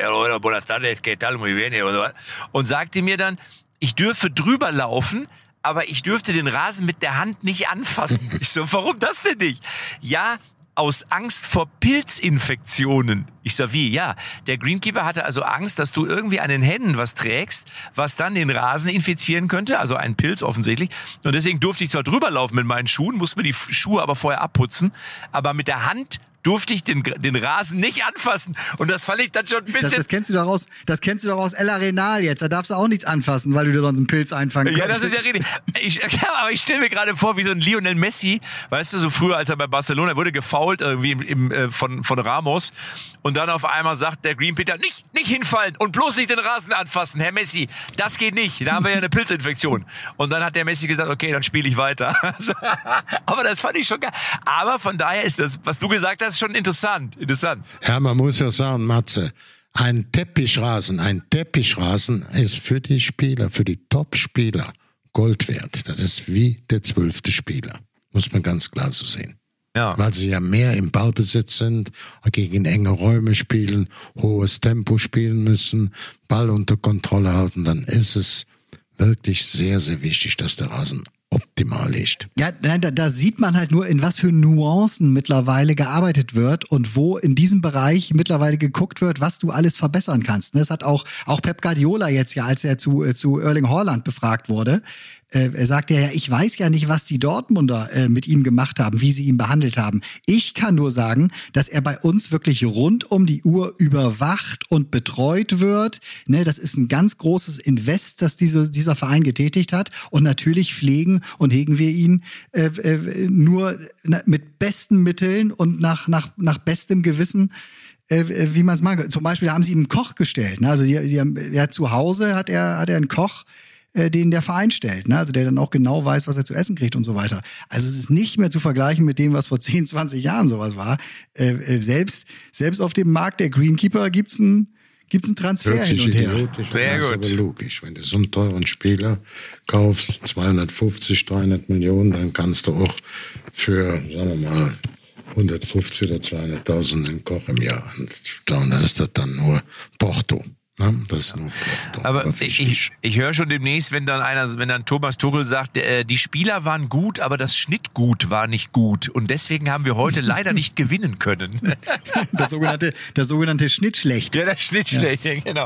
und sagte mir dann, ich dürfe drüber laufen, aber ich dürfte den Rasen mit der Hand nicht anfassen. Ich so, warum das denn nicht? Ja, aus Angst vor Pilzinfektionen. Ich sag, wie? Ja, der Greenkeeper hatte also Angst, dass du irgendwie an den Händen was trägst, was dann den Rasen infizieren könnte, also ein Pilz offensichtlich. Und deswegen durfte ich zwar drüber laufen mit meinen Schuhen, musste mir die Schuhe aber vorher abputzen, aber mit der Hand durfte ich den Rasen nicht anfassen. Und das fand ich dann schon ein bisschen... Das kennst du doch aus El Arenal jetzt. Da darfst du auch nichts anfassen, weil du dir sonst einen Pilz einfangen kannst. Ja, das ist ja richtig. Aber ich stelle mir gerade vor, wie so ein Lionel Messi, weißt du, so früher, als er bei Barcelona wurde gefoult irgendwie von Ramos. Und dann auf einmal sagt der Greenpeter, nicht hinfallen und bloß nicht den Rasen anfassen, Herr Messi. Das geht nicht. Da haben wir ja eine Pilzinfektion. Und dann hat der Messi gesagt, okay, dann spiele ich weiter. Aber das fand ich schon geil. Aber von daher ist das, was du gesagt hast, schon interessant. Ja, man muss ja sagen, Matze, ein Teppichrasen ist für die Spieler, für die Top-Spieler Gold wert. Das ist wie der 12. Spieler. Muss man ganz klar so sehen. Ja. Weil sie ja mehr im Ballbesitz sind, gegen enge Räume spielen, hohes Tempo spielen müssen, Ball unter Kontrolle halten, dann ist es wirklich sehr, sehr wichtig, dass der Rasen optimal liegt. Ja, nein, da sieht man halt nur, in was für Nuancen mittlerweile gearbeitet wird und wo in diesem Bereich mittlerweile geguckt wird, was du alles verbessern kannst. Das hat auch Pep Guardiola jetzt ja, als er zu Erling Haaland befragt wurde, er sagte ja, ich weiß ja nicht, was die Dortmunder mit ihm gemacht haben, wie sie ihn behandelt haben. Ich kann nur sagen, dass er bei uns wirklich rund um die Uhr überwacht und betreut wird. Ne, das ist ein ganz großes Invest, das dieser Verein getätigt hat. Und natürlich pflegen und hegen wir ihn nur mit besten Mitteln und nach bestem Gewissen, wie man es mag. Zum Beispiel haben sie ihm einen Koch gestellt. Ne? Also zu Hause hat er einen Koch, den der Verein stellt, ne? Also der dann auch genau weiß, was er zu essen kriegt und so weiter. Also es ist nicht mehr zu vergleichen mit dem, was vor 10, 20 Jahren sowas war. Selbst auf dem Markt der Greenkeeper gibt's einen Transfer Hört sich hin und her. idiotisch, Sehr das ist gut. aber logisch. Wenn du so einen teuren Spieler kaufst, 250, 300 Millionen, dann kannst du auch für, sagen wir mal, 150 oder 200.000 einen Koch im Jahr anschauen. Das ist das dann nur Porto. Das ist nur Porto. Aber ich höre schon demnächst, wenn dann Thomas Tuchel sagt, die Spieler waren gut, aber das Schnittgut war nicht gut. Und deswegen haben wir heute leider nicht gewinnen können. Das sogenannte Schnittschlecht. Ja, das Schnittschlecht, ja. Genau.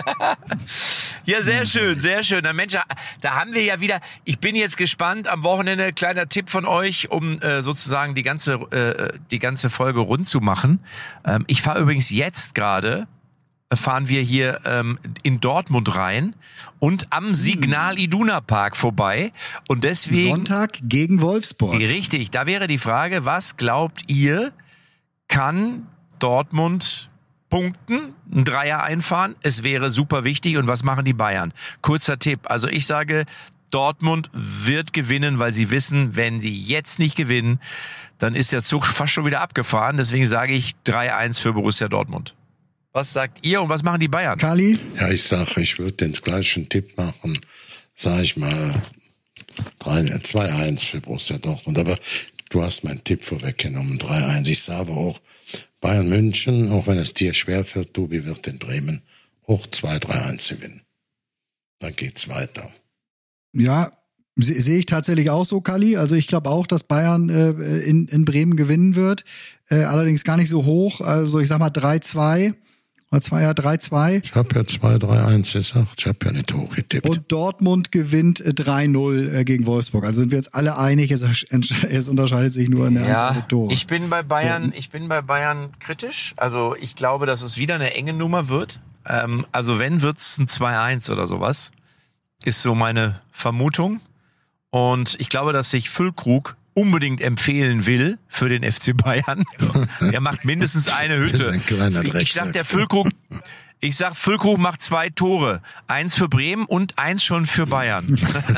Ja, sehr schön, sehr schön. Na Mensch, da haben wir ja wieder, ich bin jetzt gespannt, am Wochenende, kleiner Tipp von euch, um sozusagen die ganze Folge rund zu machen. Ich fahre übrigens jetzt gerade, fahren wir hier in Dortmund rein und am Signal Iduna Park vorbei. Und deswegen Sonntag gegen Wolfsburg. Richtig, da wäre die Frage, was glaubt ihr, kann Dortmund punkten, einen Dreier einfahren? Es wäre super wichtig. Und was machen die Bayern? Kurzer Tipp. Also ich sage, Dortmund wird gewinnen, weil sie wissen, wenn sie jetzt nicht gewinnen, dann ist der Zug fast schon wieder abgefahren. Deswegen sage ich 3-1 für Borussia Dortmund. Was sagt ihr und was machen die Bayern? Kali? Ja, ich würde den gleichen Tipp machen. Sag ich mal 2-1 für Borussia Dortmund. Aber du hast meinen Tipp vorweggenommen, 3-1. Ich sage aber auch Bayern München, auch wenn es dir schwerfällt, Tobi wird in Bremen auch 2-3-1 gewinnen. Dann geht's weiter. Ja, sehe ich tatsächlich auch so, Kali. Also ich glaube auch, dass Bayern in Bremen gewinnen wird. Allerdings gar nicht so hoch. Also ich sag mal 3-2. Oder 3-2. Ich habe ja 2-3-1 gesagt. Ich habe ja nicht hochgetippt. Und Dortmund gewinnt 3-0 gegen Wolfsburg. Also sind wir jetzt alle einig. Es unterscheidet sich nur in der Anzahl der Tore. Ich bin bei Bayern kritisch. Also ich glaube, dass es wieder eine enge Nummer wird. Also wenn, wird's ein 2-1 oder sowas. Ist so meine Vermutung. Und ich glaube, dass sich Füllkrug unbedingt empfehlen will für den FC Bayern. Er macht mindestens eine Hütte. Das ist ein kleiner Drecksack. Ich sag, Füllkrug macht 2 Tore. 1 für Bremen und 1 schon für Bayern.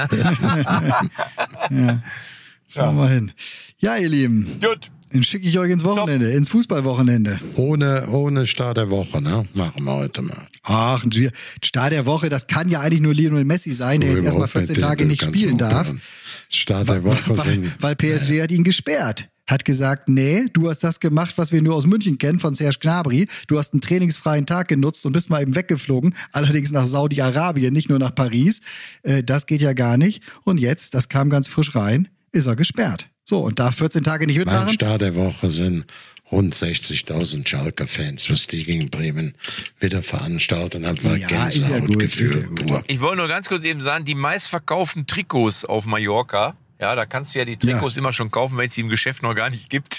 Ja. Schauen wir hin. Ja, ihr Lieben. Gut. Dann schicke ich euch ins Wochenende, ins Fußballwochenende. Ohne Start der Woche, ne? Machen wir heute mal. Ach, ein Start der Woche, das kann ja eigentlich nur Lionel Messi sein, der jetzt erstmal 14 Tage nicht spielen darf. Start der Woche weil PSG hat ihn gesperrt. Hat gesagt, nee, du hast das gemacht, was wir nur aus München kennen, von Serge Gnabry. Du hast einen trainingsfreien Tag genutzt und bist mal eben weggeflogen. Allerdings nach Saudi-Arabien, nicht nur nach Paris. Das geht ja gar nicht. Und jetzt, das kam ganz frisch rein, ist er gesperrt. So, und darf 14 Tage nicht mitmachen. Mein Start der Woche sind rund 60.000 Schalke-Fans, was die gegen Bremen wieder veranstaltet haben. War Gänsehautgefühl. Ich wollte nur ganz kurz eben sagen, die meistverkauften Trikots auf Mallorca, ja, da kannst du ja die Trikots immer schon kaufen, wenn es sie im Geschäft noch gar nicht gibt,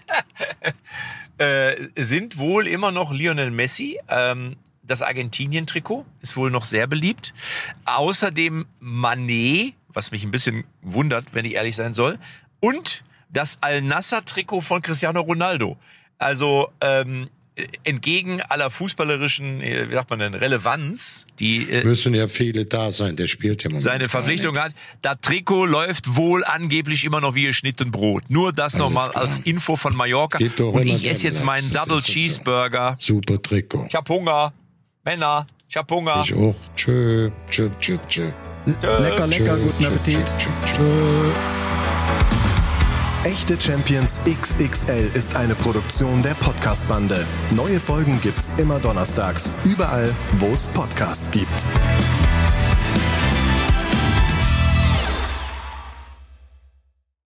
sind wohl immer noch Lionel Messi. Das Argentinien-Trikot ist wohl noch sehr beliebt. Außerdem Mané, was mich ein bisschen wundert, wenn ich ehrlich sein soll, und das Al-Nassr-Trikot von Cristiano Ronaldo. Also entgegen aller fußballerischen, wie sagt man denn, Relevanz, die müssen ja viele da sein, der spielt ja momentan seine Verpflichtung hat. Das Trikot läuft wohl angeblich immer noch wie geschnitten Brot. Nur das nochmal als Info von Mallorca. Und ich esse jetzt meinen Double Cheeseburger. Super Trikot. Ich hab Hunger. Männer, ich hab Hunger. Ich auch. Tschö. Lecker, guten Appetit. Tschö. Echte Champions XXL ist eine Produktion der Podcast-Bande. Neue Folgen gibt's immer donnerstags, überall, wo es Podcasts gibt.